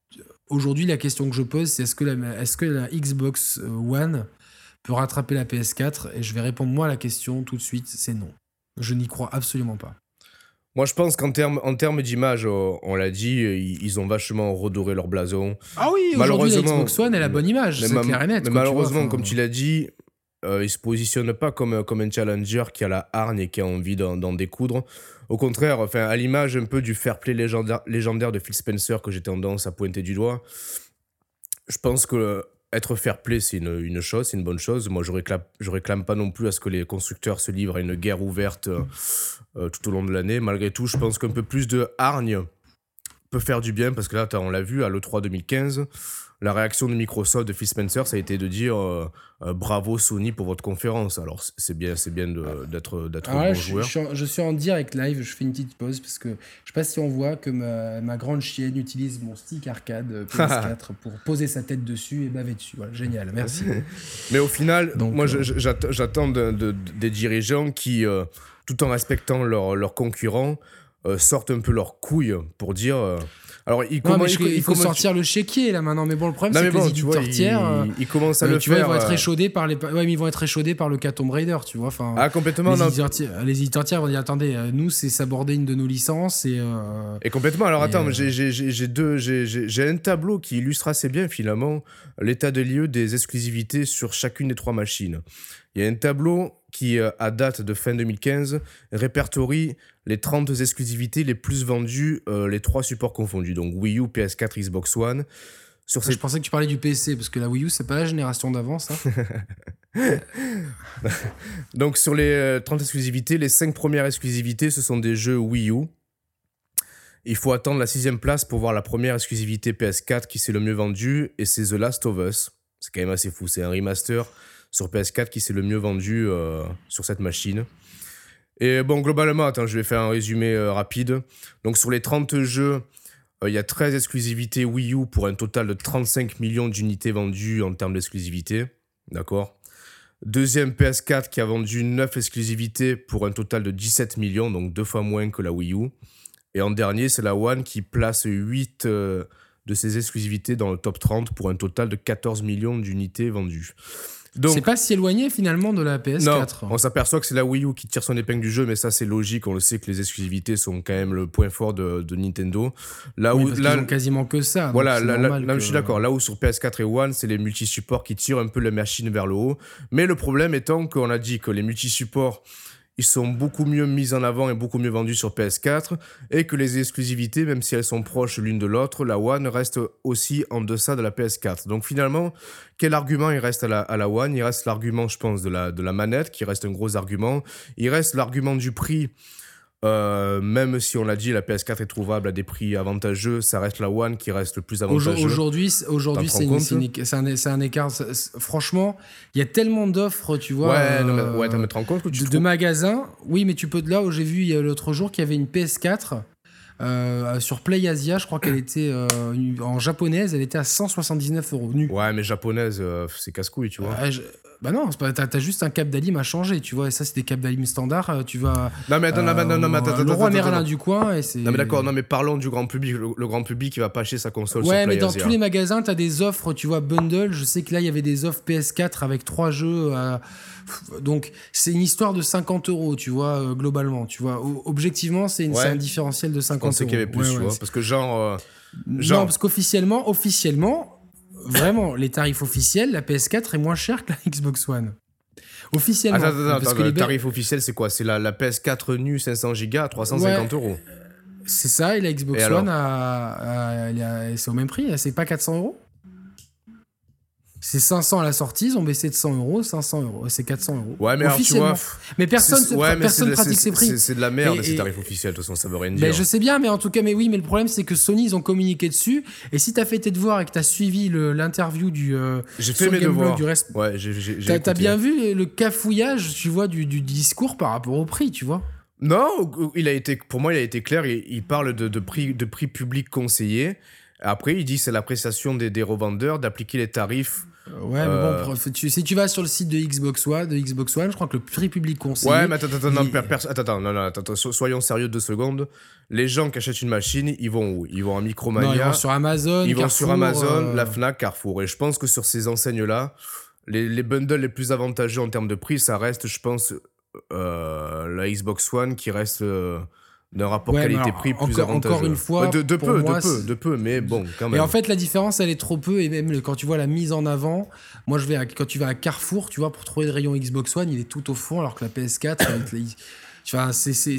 aujourd'hui, la question que je pose, c'est est-ce que la Xbox One peut rattraper la PS4? Et je vais répondre moi à la question tout de suite, c'est non. Je n'y crois absolument pas. Moi, je pense qu'en termes d'image, on l'a dit, ils ont vachement redoré leur blason. Ah oui, aujourd'hui, la Xbox One, elle a bonne image, c'est clair et net. Mais malheureusement, comme tu l'as dit, il se positionne pas comme un challenger qui a la hargne et qui a envie d'en découdre. Au contraire, à l'image un peu du fair play légendaire de Phil Spencer que j'ai tendance à pointer du doigt, je pense que être fair play, c'est une chose, c'est une bonne chose. Moi, je réclame pas non plus à ce que les constructeurs se livrent à une guerre ouverte tout au long de l'année. Malgré tout, je pense qu'un peu plus de hargne peut faire du bien, parce que là, on l'a vu à l'E3 2015, la réaction de Microsoft, de Phil Spencer, ça a été de dire bravo Sony pour votre conférence. Alors, c'est bien d'être un bon joueur. Je suis en direct live, je fais une petite pause parce que je sais pas si on voit que ma grande chienne utilise mon stick arcade PS4 pour poser sa tête dessus et baver dessus. Voilà, génial, merci. Mais au final, donc, moi, j'attends des dirigeants qui, tout en respectant leurs concurrents, sortent un peu leurs couilles pour dire... Alors, il faut sortir le chéquier là maintenant, mais bon, le problème c'est que les éditeurs tiers, ils commencent à le tu vois, faire. Ils vont être échaudés par ils vont être échaudés par le cas Tomb Raider, tu vois. Ah, complètement. Les éditeurs tiers vont dire attendez, nous c'est s'aborder une de nos licences et complètement. Alors attends, j'ai un tableau qui illustre assez bien finalement l'état des lieux des exclusivités sur chacune des trois machines. Il y a un tableau qui, à date de fin 2015, répertorie les 30 exclusivités les plus vendues, les trois supports confondus, donc Wii U, PS4, Xbox One. Je pensais que tu parlais du PC, parce que la Wii U, c'est pas la génération d'avant, ça. Donc sur les 30 exclusivités, les 5 premières exclusivités, ce sont des jeux Wii U. Il faut attendre la 6e place pour voir la première exclusivité PS4 qui s'est le mieux vendue, et c'est The Last of Us. C'est quand même assez fou, c'est un remaster sur PS4 qui s'est le mieux vendu sur cette machine. Et bon, globalement, attends, je vais faire un résumé rapide. Donc sur les 30 jeux, il y a 13 exclusivités Wii U pour un total de 35 millions d'unités vendues en termes d'exclusivité. D'accord. Deuxième PS4 qui a vendu 9 exclusivités pour un total de 17 millions, donc 2 fois moins que la Wii U. Et en dernier, c'est la One qui place 8 de ses exclusivités dans le top 30 pour un total de 14 millions d'unités vendues. Donc, c'est pas si éloigné finalement de la PS4. Non, on s'aperçoit que c'est la Wii U qui tire son épingle du jeu, mais ça c'est logique, on le sait que les exclusivités sont quand même le point fort de Nintendo. Là ils ont quasiment que ça. Voilà, je suis d'accord. Là où sur PS4 et One, c'est les multi-supports qui tirent un peu la machine vers le haut. Mais le problème étant qu'on a dit que les multi-supports, ils sont beaucoup mieux mis en avant et beaucoup mieux vendus sur PS4, et que les exclusivités, même si elles sont proches l'une de l'autre, la One reste aussi en deçà de la PS4. Donc finalement, quel argument il reste à la One ? Il reste l'argument, je pense, de la manette, qui reste un gros argument. Il reste l'argument du prix. Même si on l'a dit, la PS4 est trouvable à des prix avantageux, ça reste la One qui reste le plus avantageux. Aujourd'hui c'est un écart. Franchement, il y a tellement d'offres, tu vois. T'en me rends compte que de magasins. Oui, mais tu peux. Là où j'ai vu l'autre jour qu'il y avait une PS4 sur Play Asia, je crois qu'elle était en japonaise, elle était à 179 € nue. Ouais, mais japonaise, c'est casse-couille, tu vois. Bah non, t'as juste un câble d'Alim à changer, tu vois, et ça c'est des câbles d'Alim standard, tu vas... Non mais attends, le roi Merlin du coin, et c'est... Non mais d'accord, mais parlons du grand public, le grand public il va pas acheter sa console sur Play Asia. Ouais, mais dans tous les magasins, t'as des offres, tu vois, bundle, je sais que là il y avait des offres PS4 avec 3 jeux, donc c'est une histoire de 50 €, tu vois, globalement, tu vois, objectivement c'est un différentiel de 50 €. Je pensais qu'il y avait plus, tu vois, parce que genre... Non, parce qu'officiellement, vraiment, les tarifs officiels, la PS4 est moins chère que la Xbox One. Officiellement. Attends, le tarif officiel, c'est quoi ? C'est la PS4 nue 500 Go à 350 €. C'est ça, et la Xbox One, c'est au même prix, c'est pas 400 €. C'est 500 à la sortie, ils ont baissé de 100 €, 500 €, c'est 400 €. Ouais, mais alors tu vois... Mais personne pratique ces prix. C'est de la merde, ces tarifs officiels, de toute façon, ça veut rien dire. Ben, je sais bien, mais en tout cas, mais le problème, c'est que Sony, ils ont communiqué dessus, et si t'as fait tes devoirs et que t'as suivi l'interview j'ai fait mes devoirs. Ouais, t'as bien vu le cafouillage, tu vois, du discours par rapport au prix, tu vois. Non, pour moi, il a été clair, il parle de prix public conseillé. Après, il dit que c'est l'appréciation des revendeurs d'appliquer les tarifs. Ouais, mais bon, si tu vas sur le site de Xbox One, je crois que le prix public conseillé... Ouais, mais attends, soyons sérieux 2 secondes. Les gens qui achètent une machine, ils vont où? Ils vont à Micromania. Non, ils vont sur Amazon, Ils vont Carrefour, sur Amazon, la Fnac, Carrefour. Et je pense que sur ces enseignes-là, les bundles les plus avantageux en termes de prix, ça reste, je pense, la Xbox One qui reste d'un rapport qualité-prix plus avantageux. Encore une fois, de peu, mais bon, quand même. Et en fait, la différence, elle est trop peu. Et même quand tu vois la mise en avant, moi, quand tu vas à Carrefour, tu vois, pour trouver le rayon Xbox One, il est tout au fond, alors que la PS4, tu vois,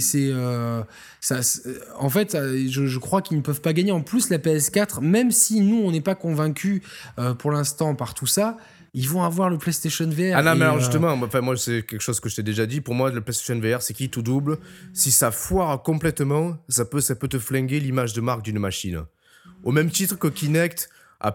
en fait, je crois qu'ils ne peuvent pas gagner. En plus, la PS4, même si nous, on n'est pas convaincus pour l'instant par tout ça, ils vont avoir le PlayStation VR. Ah non, mais alors justement, moi, c'est quelque chose que je t'ai déjà dit. Pour moi, le PlayStation VR, c'est qui tout double. Si ça foire complètement, ça peut te flinguer l'image de marque d'une machine. Au même titre que Kinect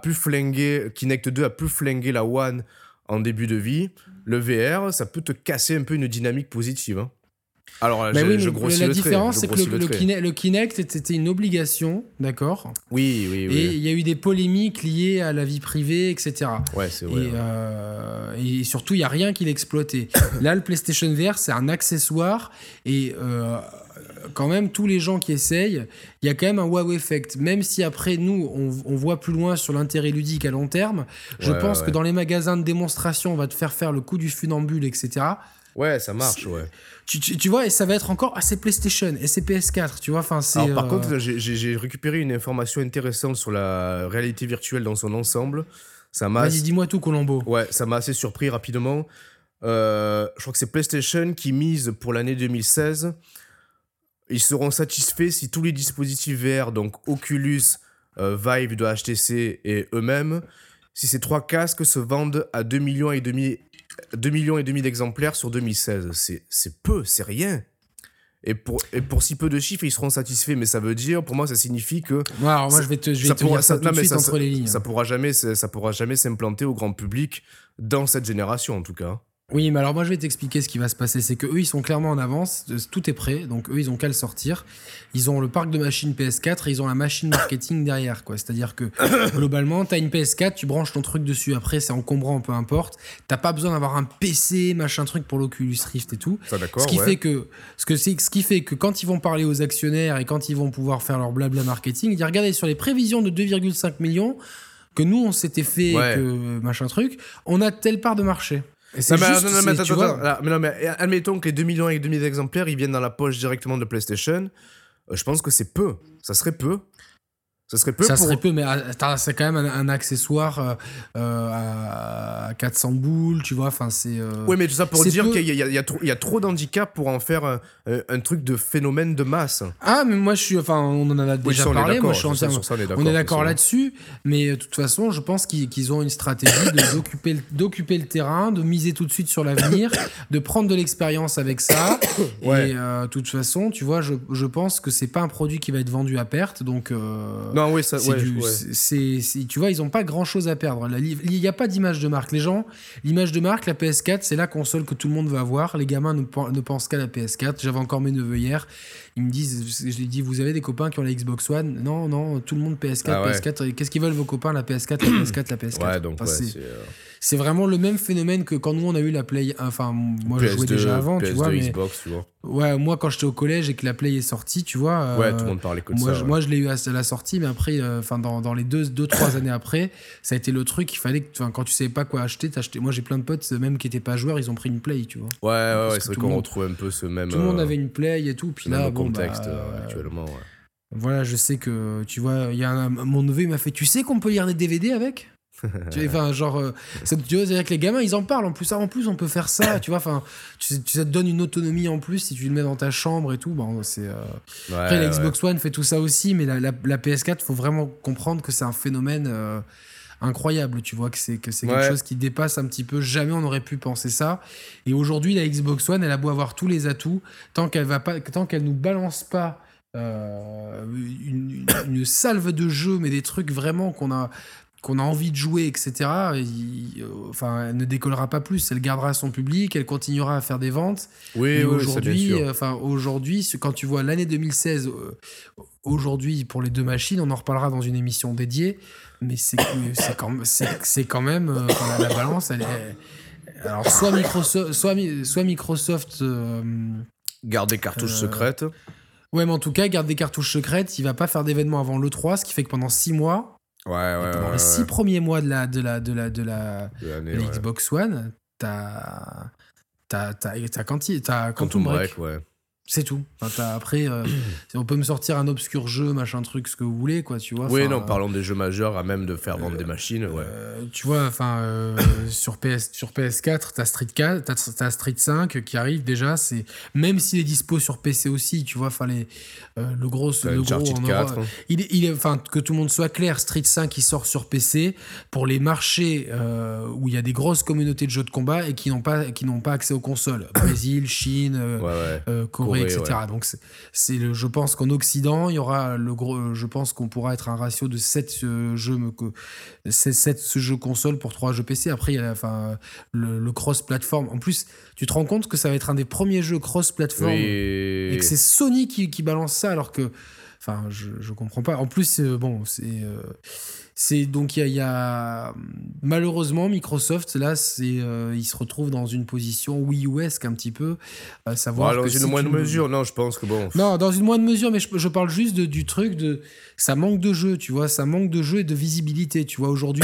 2 a pu flinguer la One en début de vie, le VR, ça peut te casser un peu une dynamique positive. Hein. Alors, je grossis le trait. La différence, c'est que le Kinect était une obligation, d'accord ? Oui. Et il y a eu des polémiques liées à la vie privée, etc. Ouais, c'est vrai. Et surtout, il n'y a rien qui l'exploitait. Là, le PlayStation VR, c'est un accessoire. Et quand même, tous les gens qui essayent, il y a quand même un wow effect. Même si après, nous, on voit plus loin sur l'intérêt ludique à long terme, je pense que dans les magasins de démonstration, on va te faire le coup du funambule, etc. Ouais, ça marche, ouais. Tu vois, et ça va être encore c'est PlayStation et c'est PS4, tu vois. Alors, par contre, j'ai récupéré une information intéressante sur la réalité virtuelle dans son ensemble. Vas-y, dis-moi tout, Colombo. Ouais, ça m'a assez surpris rapidement. Je crois que c'est PlayStation qui mise pour l'année 2016. Ils seront satisfaits si tous les dispositifs VR, donc Oculus, Vive de HTC et eux-mêmes, si ces 3 casques se vendent à 2,5 millions d'exemplaires sur 2016. C'est peu, c'est rien. Et pour si peu de chiffres, ils seront satisfaits. Mais ça veut dire, pour moi, ça signifie que... Ouais, alors moi, je vais te dire ça tout de suite entre les lignes. Ça pourra jamais s'implanter au grand public dans cette génération, en tout cas. Oui, mais alors moi, je vais t'expliquer ce qui va se passer. C'est qu'eux, ils sont clairement en avance. Tout est prêt. Donc, eux, ils ont qu'à le sortir. Ils ont le parc de machines PS4 et ils ont la machine marketing derrière, quoi. C'est-à-dire que, globalement, t'as une PS4, tu branches ton truc dessus. Après, c'est encombrant, peu importe. T'as pas besoin d'avoir un PC, machin truc pour l'Oculus Rift et tout. Ça, d'accord, ce qui fait que quand ils vont parler aux actionnaires et quand ils vont pouvoir faire leur blabla marketing, ils disent, regardez, sur les prévisions de 2,5 millions que nous, on s'était fait, que machin truc, on a telle part de marché. Mais admettons que les 2,5 millions d'exemplaires, ils viennent dans la poche directement de PlayStation. Je pense que c'est peu. Ça serait peu. Serait peu, mais c'est quand même un accessoire à 400 boules, tu vois. Enfin, c'est. Oui, mais tout ça pour dire qu'il y a trop d'handicap pour en faire un truc de phénomène de masse. Ah, mais moi, on en a déjà parlé. Moi, on est d'accord là-dessus. Mais de toute façon, je pense qu'ils ont une stratégie d'occuper le terrain, de miser tout de suite sur l'avenir, de prendre de l'expérience avec ça. Et de toute façon, tu vois, je pense que c'est pas un produit qui va être vendu à perte. Donc. Non, oui, ça, tu vois, ils n'ont pas grand-chose à perdre. Il n'y a pas d'image de marque. Les gens, l'image de marque, la PS4, c'est la console que tout le monde veut avoir. Les gamins ne pensent qu'à la PS4. J'avais encore mes neveux hier. Ils me disent, je lui dis, vous avez des copains qui ont la Xbox One ? Non, tout le monde PS4, PS4. Qu'est-ce qu'ils veulent vos copains ? La PS4, la PS4, la PS4. Ouais, donc c'est vraiment le même phénomène que quand nous on a eu la Play. Enfin, moi je jouais déjà avant, PS2, tu vois. Mais Xbox, tu vois. Ouais, moi quand j'étais au collège et que la Play est sortie, tu vois. Ouais, tout le monde parlait que de ça. Moi je l'ai eu à la sortie, mais après, dans les 2-3 années après, ça a été le truc. Il fallait que, quand tu savais pas quoi acheter, t'achetais. Moi j'ai plein de potes, même qui étaient pas joueurs, ils ont pris une Play, tu vois. Ouais, c'est vrai qu'on retrouve un peu ce même. Tout le monde avait une Play et tout, puis là, contexte actuellement, ouais. Voilà, je sais que, tu vois, mon neveu il m'a fait, tu sais qu'on peut lire des DVD avec ? Enfin, genre, tu vois, c'est-à-dire que les gamins ils en parlent en plus on ça peut faire ça, tu vois, enfin, ça te donne une autonomie en plus si tu le mets dans ta chambre et tout. Bon, c'est après la Xbox One fait tout ça aussi, mais la PS4 faut vraiment comprendre que c'est un phénomène incroyable, tu vois, que c'est quelque chose qui dépasse un petit peu. Jamais on aurait pu penser ça. Et aujourd'hui la Xbox One elle a beau avoir tous les atouts, tant qu'elle nous balance pas une salve de jeux, mais des trucs vraiment qu'on a envie de jouer, etc., enfin, elle ne décollera pas plus. Elle gardera son public, elle continuera à faire des ventes. Oui, Mais oui, ça, bien sûr. aujourd'hui, quand tu vois l'année 2016, aujourd'hui, pour les deux machines, on en reparlera dans une émission dédiée, mais c'est quand même la balance, elle est... Alors, soit Microsoft Garde des cartouches secrètes. ouais, mais en tout cas, garde des cartouches secrètes. Il va pas faire d'événement avant l'E3, ce qui fait que pendant 6 mois, pendant les 6 premiers mois de la Xbox One, t'as Quantum Break. Ouais. C'est tout. Enfin, après, on peut me sortir un obscur jeu, machin truc, ce que vous voulez, quoi, tu vois. Oui, non, parlons des jeux majeurs à même de faire vendre des machines, ouais. Tu vois, sur PS4, t'as Street 5 qui arrive déjà. Même s'il est dispo sur PC aussi, tu vois, le gros Uncharted 4. Que tout le monde soit clair, Street 5 il sort sur PC pour les marchés où il y a des grosses communautés de jeux de combat et qui n'ont pas accès aux consoles. Brésil, Chine, Corée, etc. Ouais. Donc je pense qu'en Occident, il y aura je pense qu'on pourra être un ratio de 7 jeux console pour 3 jeux PC. Après, il y a le cross-platform. En plus, tu te rends compte que ça va être un des premiers jeux cross-platform et que c'est Sony qui balance ça alors que je comprends pas. En plus, donc il y a malheureusement Microsoft là, il se retrouve dans une position Wii U-esque un petit peu, savoir dans une moindre mesure. Non, je pense que bon. Non, dans une moindre mesure, mais je parle juste du truc de ça manque de jeu, tu vois, ça manque de jeu et de visibilité, tu vois. Aujourd'hui,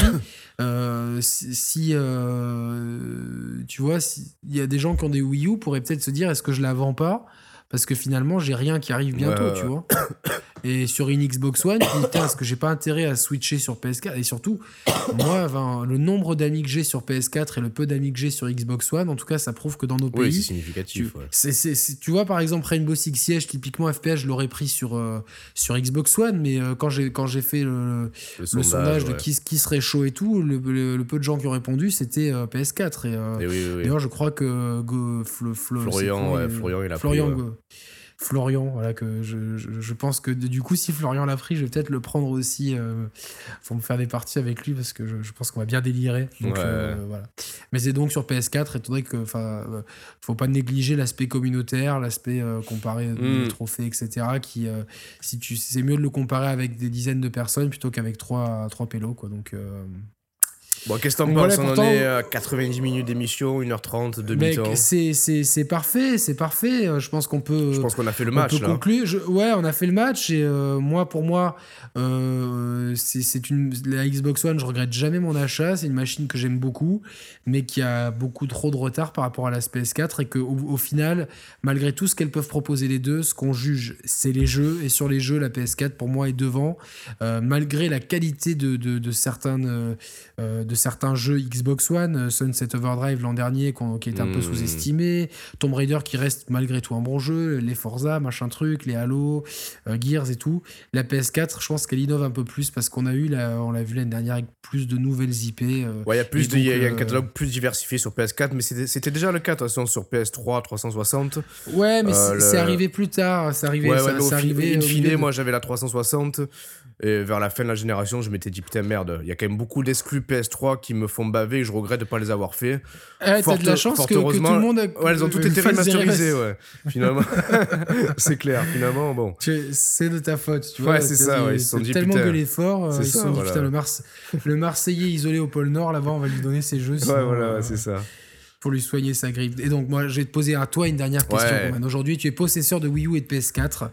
tu vois, il y a des gens qui ont des Wii U pourraient peut-être se dire est-ce que je la vends pas parce que finalement j'ai rien qui arrive bientôt, tu vois. Et sur une Xbox One, putain, est-ce que j'ai pas intérêt à switcher sur PS4 et surtout, moi, le nombre d'amis que j'ai sur PS4 et le peu d'amis que j'ai sur Xbox One, en tout cas, ça prouve que dans nos pays, c'est significatif. Tu vois, par exemple, Rainbow Six Siege, typiquement FPS, je l'aurais pris sur Xbox One, mais quand j'ai fait le sondage de qui serait chaud et tout, le peu de gens qui ont répondu, c'était PS4. D'ailleurs, je crois que Florian, il a pris. Florian, voilà, que je pense que du coup, si Florian l'a pris, je vais peut-être le prendre aussi pour me faire des parties avec lui parce que je pense qu'on va bien délirer. Donc, voilà. Mais c'est donc sur PS4, étant donné que faut pas négliger l'aspect communautaire, l'aspect comparé des trophées, etc. C'est mieux de le comparer avec des dizaines de personnes plutôt qu'avec trois pélos, quoi. Donc. Bon, qu'est-ce que t'en penses? On en est à 90 minutes d'émission, 1h30, demi-temps. C'est parfait. Je pense qu'on peut. Je pense qu'on a fait le match, là. Ouais, on a fait le match. Et pour moi, la Xbox One, je regrette jamais mon achat. C'est une machine que j'aime beaucoup, mais qui a beaucoup trop de retard par rapport à la PS4. Et qu'au final, malgré tout ce qu'elles peuvent proposer les deux, ce qu'on juge, c'est les jeux. Et sur les jeux, la PS4, pour moi, est devant. Malgré la qualité de certains jeux Xbox One, Sunset Overdrive l'an dernier qui est un peu sous-estimé, Tomb Raider qui reste malgré tout un bon jeu, les Forza, machin truc, les Halo, Gears et tout. La PS4, je pense qu'elle innove un peu plus parce qu'on on l'a vu l'année dernière avec plus de nouvelles IP. Il y a un catalogue plus diversifié sur PS4, mais c'était déjà le cas de toute façon sur PS3, 360. Ouais, mais c'est arrivé plus tard. C'est arrivé. In fine, moi j'avais la 360. Et vers la fin de la génération, je m'étais dit putain merde, il y a quand même beaucoup d'exclus PS3 qui me font baver et je regrette de pas les avoir fait. T'as de la chance que tout le monde elles ont toutes été remasterisées, ouais. Finalement, c'est clair. Finalement, bon. C'est de ta faute, tu vois. Ouais, c'est ça. Ils se sont dit tellement putain. gueulé fort. Ils se sont dit putain, le Marseillais isolé au pôle Nord, là-bas, on va lui donner ses jeux. Sinon, c'est ça. Pour lui soigner sa grippe. Et donc, moi, je vais te poser à toi une dernière question, Roman. Aujourd'hui, tu es possesseur de Wii U et de PS4.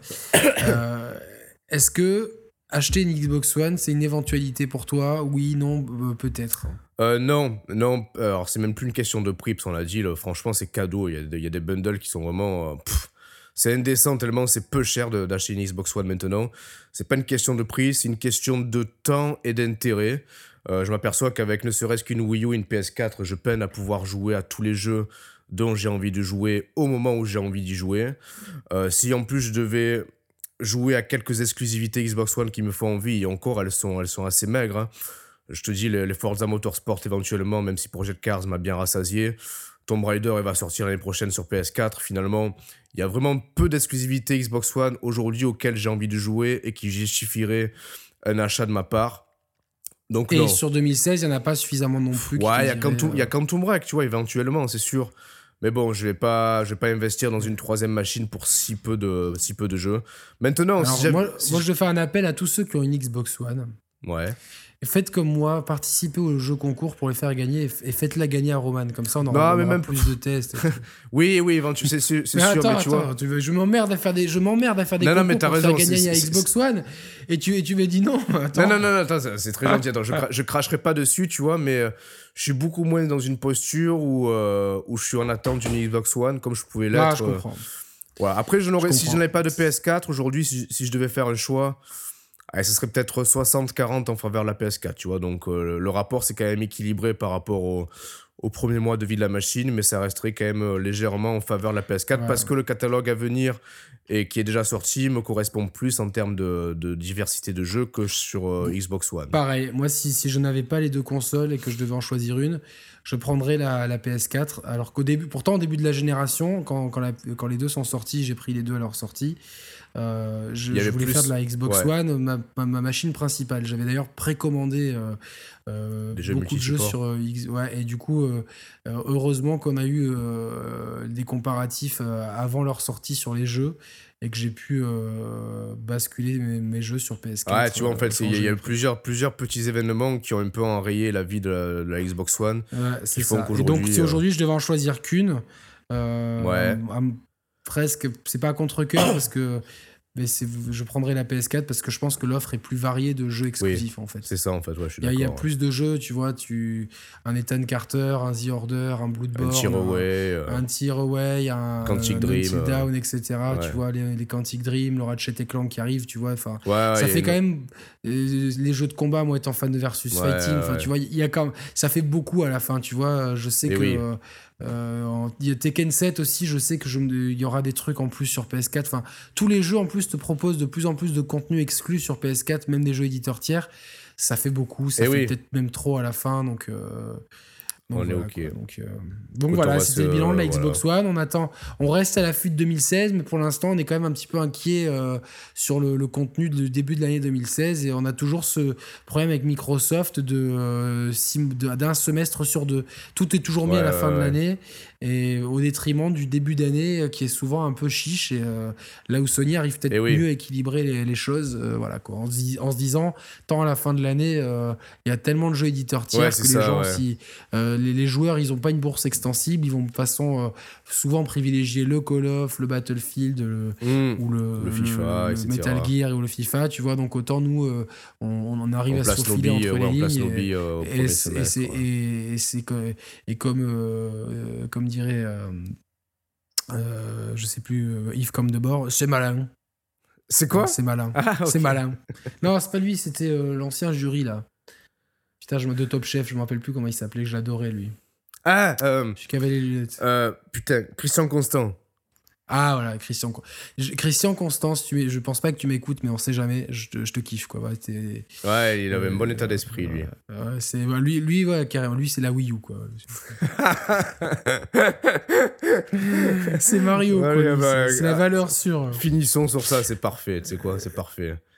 Est-ce que acheter une Xbox One, c'est une éventualité pour toi? Oui, non, peut-être. Non. Alors, c'est même plus une question de prix, parce qu'on l'a dit, là, franchement, c'est cadeau. Il y a des bundles qui sont vraiment... c'est indécent tellement c'est peu cher d'acheter une Xbox One maintenant. C'est pas une question de prix, c'est une question de temps et d'intérêt. Je m'aperçois qu'avavec ne serait-ce qu'une Wii U et une PS4, je peine à pouvoir jouer à tous les jeux dont j'ai envie de jouer au moment où j'ai envie d'y jouer. Si en plus je devais jouer à quelques exclusivités Xbox One qui me font envie, et encore elles sont assez maigres, hein. Je te dis les Forza Motorsport éventuellement, même si Project Cars m'a bien rassasié. Tomb Raider, il va sortir l'année prochaine sur PS4. Finalement, il y a vraiment peu d'exclusivités Xbox One aujourd'hui auxquelles j'ai envie de jouer et qui justifieraient un achat de ma part. Donc Et non. sur 2016, il n'y en a pas suffisamment non plus. Ouais, il y a Quantum Break, tu vois, éventuellement, c'est sûr. Mais bon, je vais pas investir dans une troisième machine pour si peu de jeux. Maintenant, Alors, moi, je fais un appel à tous ceux qui ont une Xbox One. Ouais. Et faites comme moi, participez aux jeux concours pour les faire gagner et faites-la gagner à Roman. Comme ça, on aura même plus de tests. oui, éventuellement, c'est sûr. Attends, mais tu vois... je m'emmerde à faire des concours mais t'as pour raison, faire gagner à Xbox One. Et tu me dis non. Attends. Non, attends, c'est très gentil. Attends, je cracherai pas dessus, tu vois, mais je suis beaucoup moins dans une posture où je suis en attente d'une Xbox One comme je pouvais l'être. Je comprends. Voilà. Après, si je n'avais pas de PS4 aujourd'hui, si je devais faire un choix, ce serait peut-être 60-40 en faveur de la PS4, tu vois. Donc, le rapport, c'est quand même équilibré par rapport au premier mois de vie de la machine, mais ça resterait quand même légèrement en faveur de la PS4 parce que le catalogue à venir et qui est déjà sorti me correspond plus en termes de diversité de jeux que sur Xbox One. Pareil, moi, si je n'avais pas les deux consoles et que je devais en choisir une, je prendrais la PS4. Alors qu'au début, pourtant, au début de la génération, quand les deux sont sortis, j'ai pris les deux à leur sortie. Je voulais faire de la Xbox One ma machine principale. J'avais d'ailleurs précommandé beaucoup de jeux sur X. Ouais, et du coup, heureusement qu'on a eu des comparatifs avant leur sortie sur les jeux et que j'ai pu basculer mes jeux sur PS4. Ouais, tu vois, en fait, il y a eu plusieurs petits événements qui ont un peu enrayé la vie de la Xbox One. C'est ça. Et donc, si aujourd'hui je devais en choisir qu'une, presque, c'est pas à contre-cœur parce que je prendrais la PS4 parce que je pense que l'offre est plus variée de jeux exclusifs en fait. C'est ça en fait, ouais, je suis d'accord. Il y a plus de jeux, tu vois, un Ethan Carter, un The Order, un Bloodborne, un Tearaway, un Quantic Dream, Down, etc. Tu vois, les Quantic Dream, le Ratchet & Clank qui arrive, tu vois, enfin, ça fait quand même les jeux de combat, moi étant fan de versus fighting, enfin, tu vois, il y a quand même, ça fait beaucoup à la fin, tu vois, je sais que Tekken 7 aussi, je sais que il y aura des trucs en plus sur PS4. Enfin, tous les jeux en plus te proposent de plus en plus de contenu exclu sur PS4, même des jeux éditeurs tiers. Ça fait beaucoup, ça fait peut-être même trop à la fin. Donc on est OK. Donc voilà, c'était le bilan de la Xbox One. On reste à l'affût de 2016, mais pour l'instant, on est quand même un petit peu inquiet sur le contenu du début de l'année 2016. Et on a toujours ce problème avec Microsoft d'un semestre sur deux. Tout est toujours mis à la fin de l'année, et au détriment du début d'année qui est souvent un peu chiche. Et là où Sony arrive peut-être mieux à équilibrer les choses, voilà, quoi, en se disant, tant à la fin de l'année, il y a tellement de jeux éditeurs tiers que les gens aussi. Les joueurs, ils n'ont pas une bourse extensible, ils vont de façon souvent privilégier le Call of, le Battlefield ou le FIFA, le Metal Gear ou le FIFA, tu vois. Donc autant nous, on arrive à se faufiler entre les lignes. Et comme dirait, je sais plus, Yves Comme de Bord, c'est malin. C'est quoi ? C'est malin. C'est malin. Non, c'est pas lui, c'était l'ancien jury là. Putain, de Top Chef, je me rappelle plus comment il s'appelait, que j'adorais lui. Celui qui avait les lunettes. Putain, Christian Constant. Ah voilà, Christian Constant, je pense pas que tu m'écoutes, mais on sait jamais, je te kiffe quoi. Ouais, il avait un bon état d'esprit lui. Lui, carrément, lui c'est la Wii U quoi. C'est Mario quoi. C'est la valeur sûre. Finissons sur ça, c'est parfait, tu sais quoi, c'est parfait.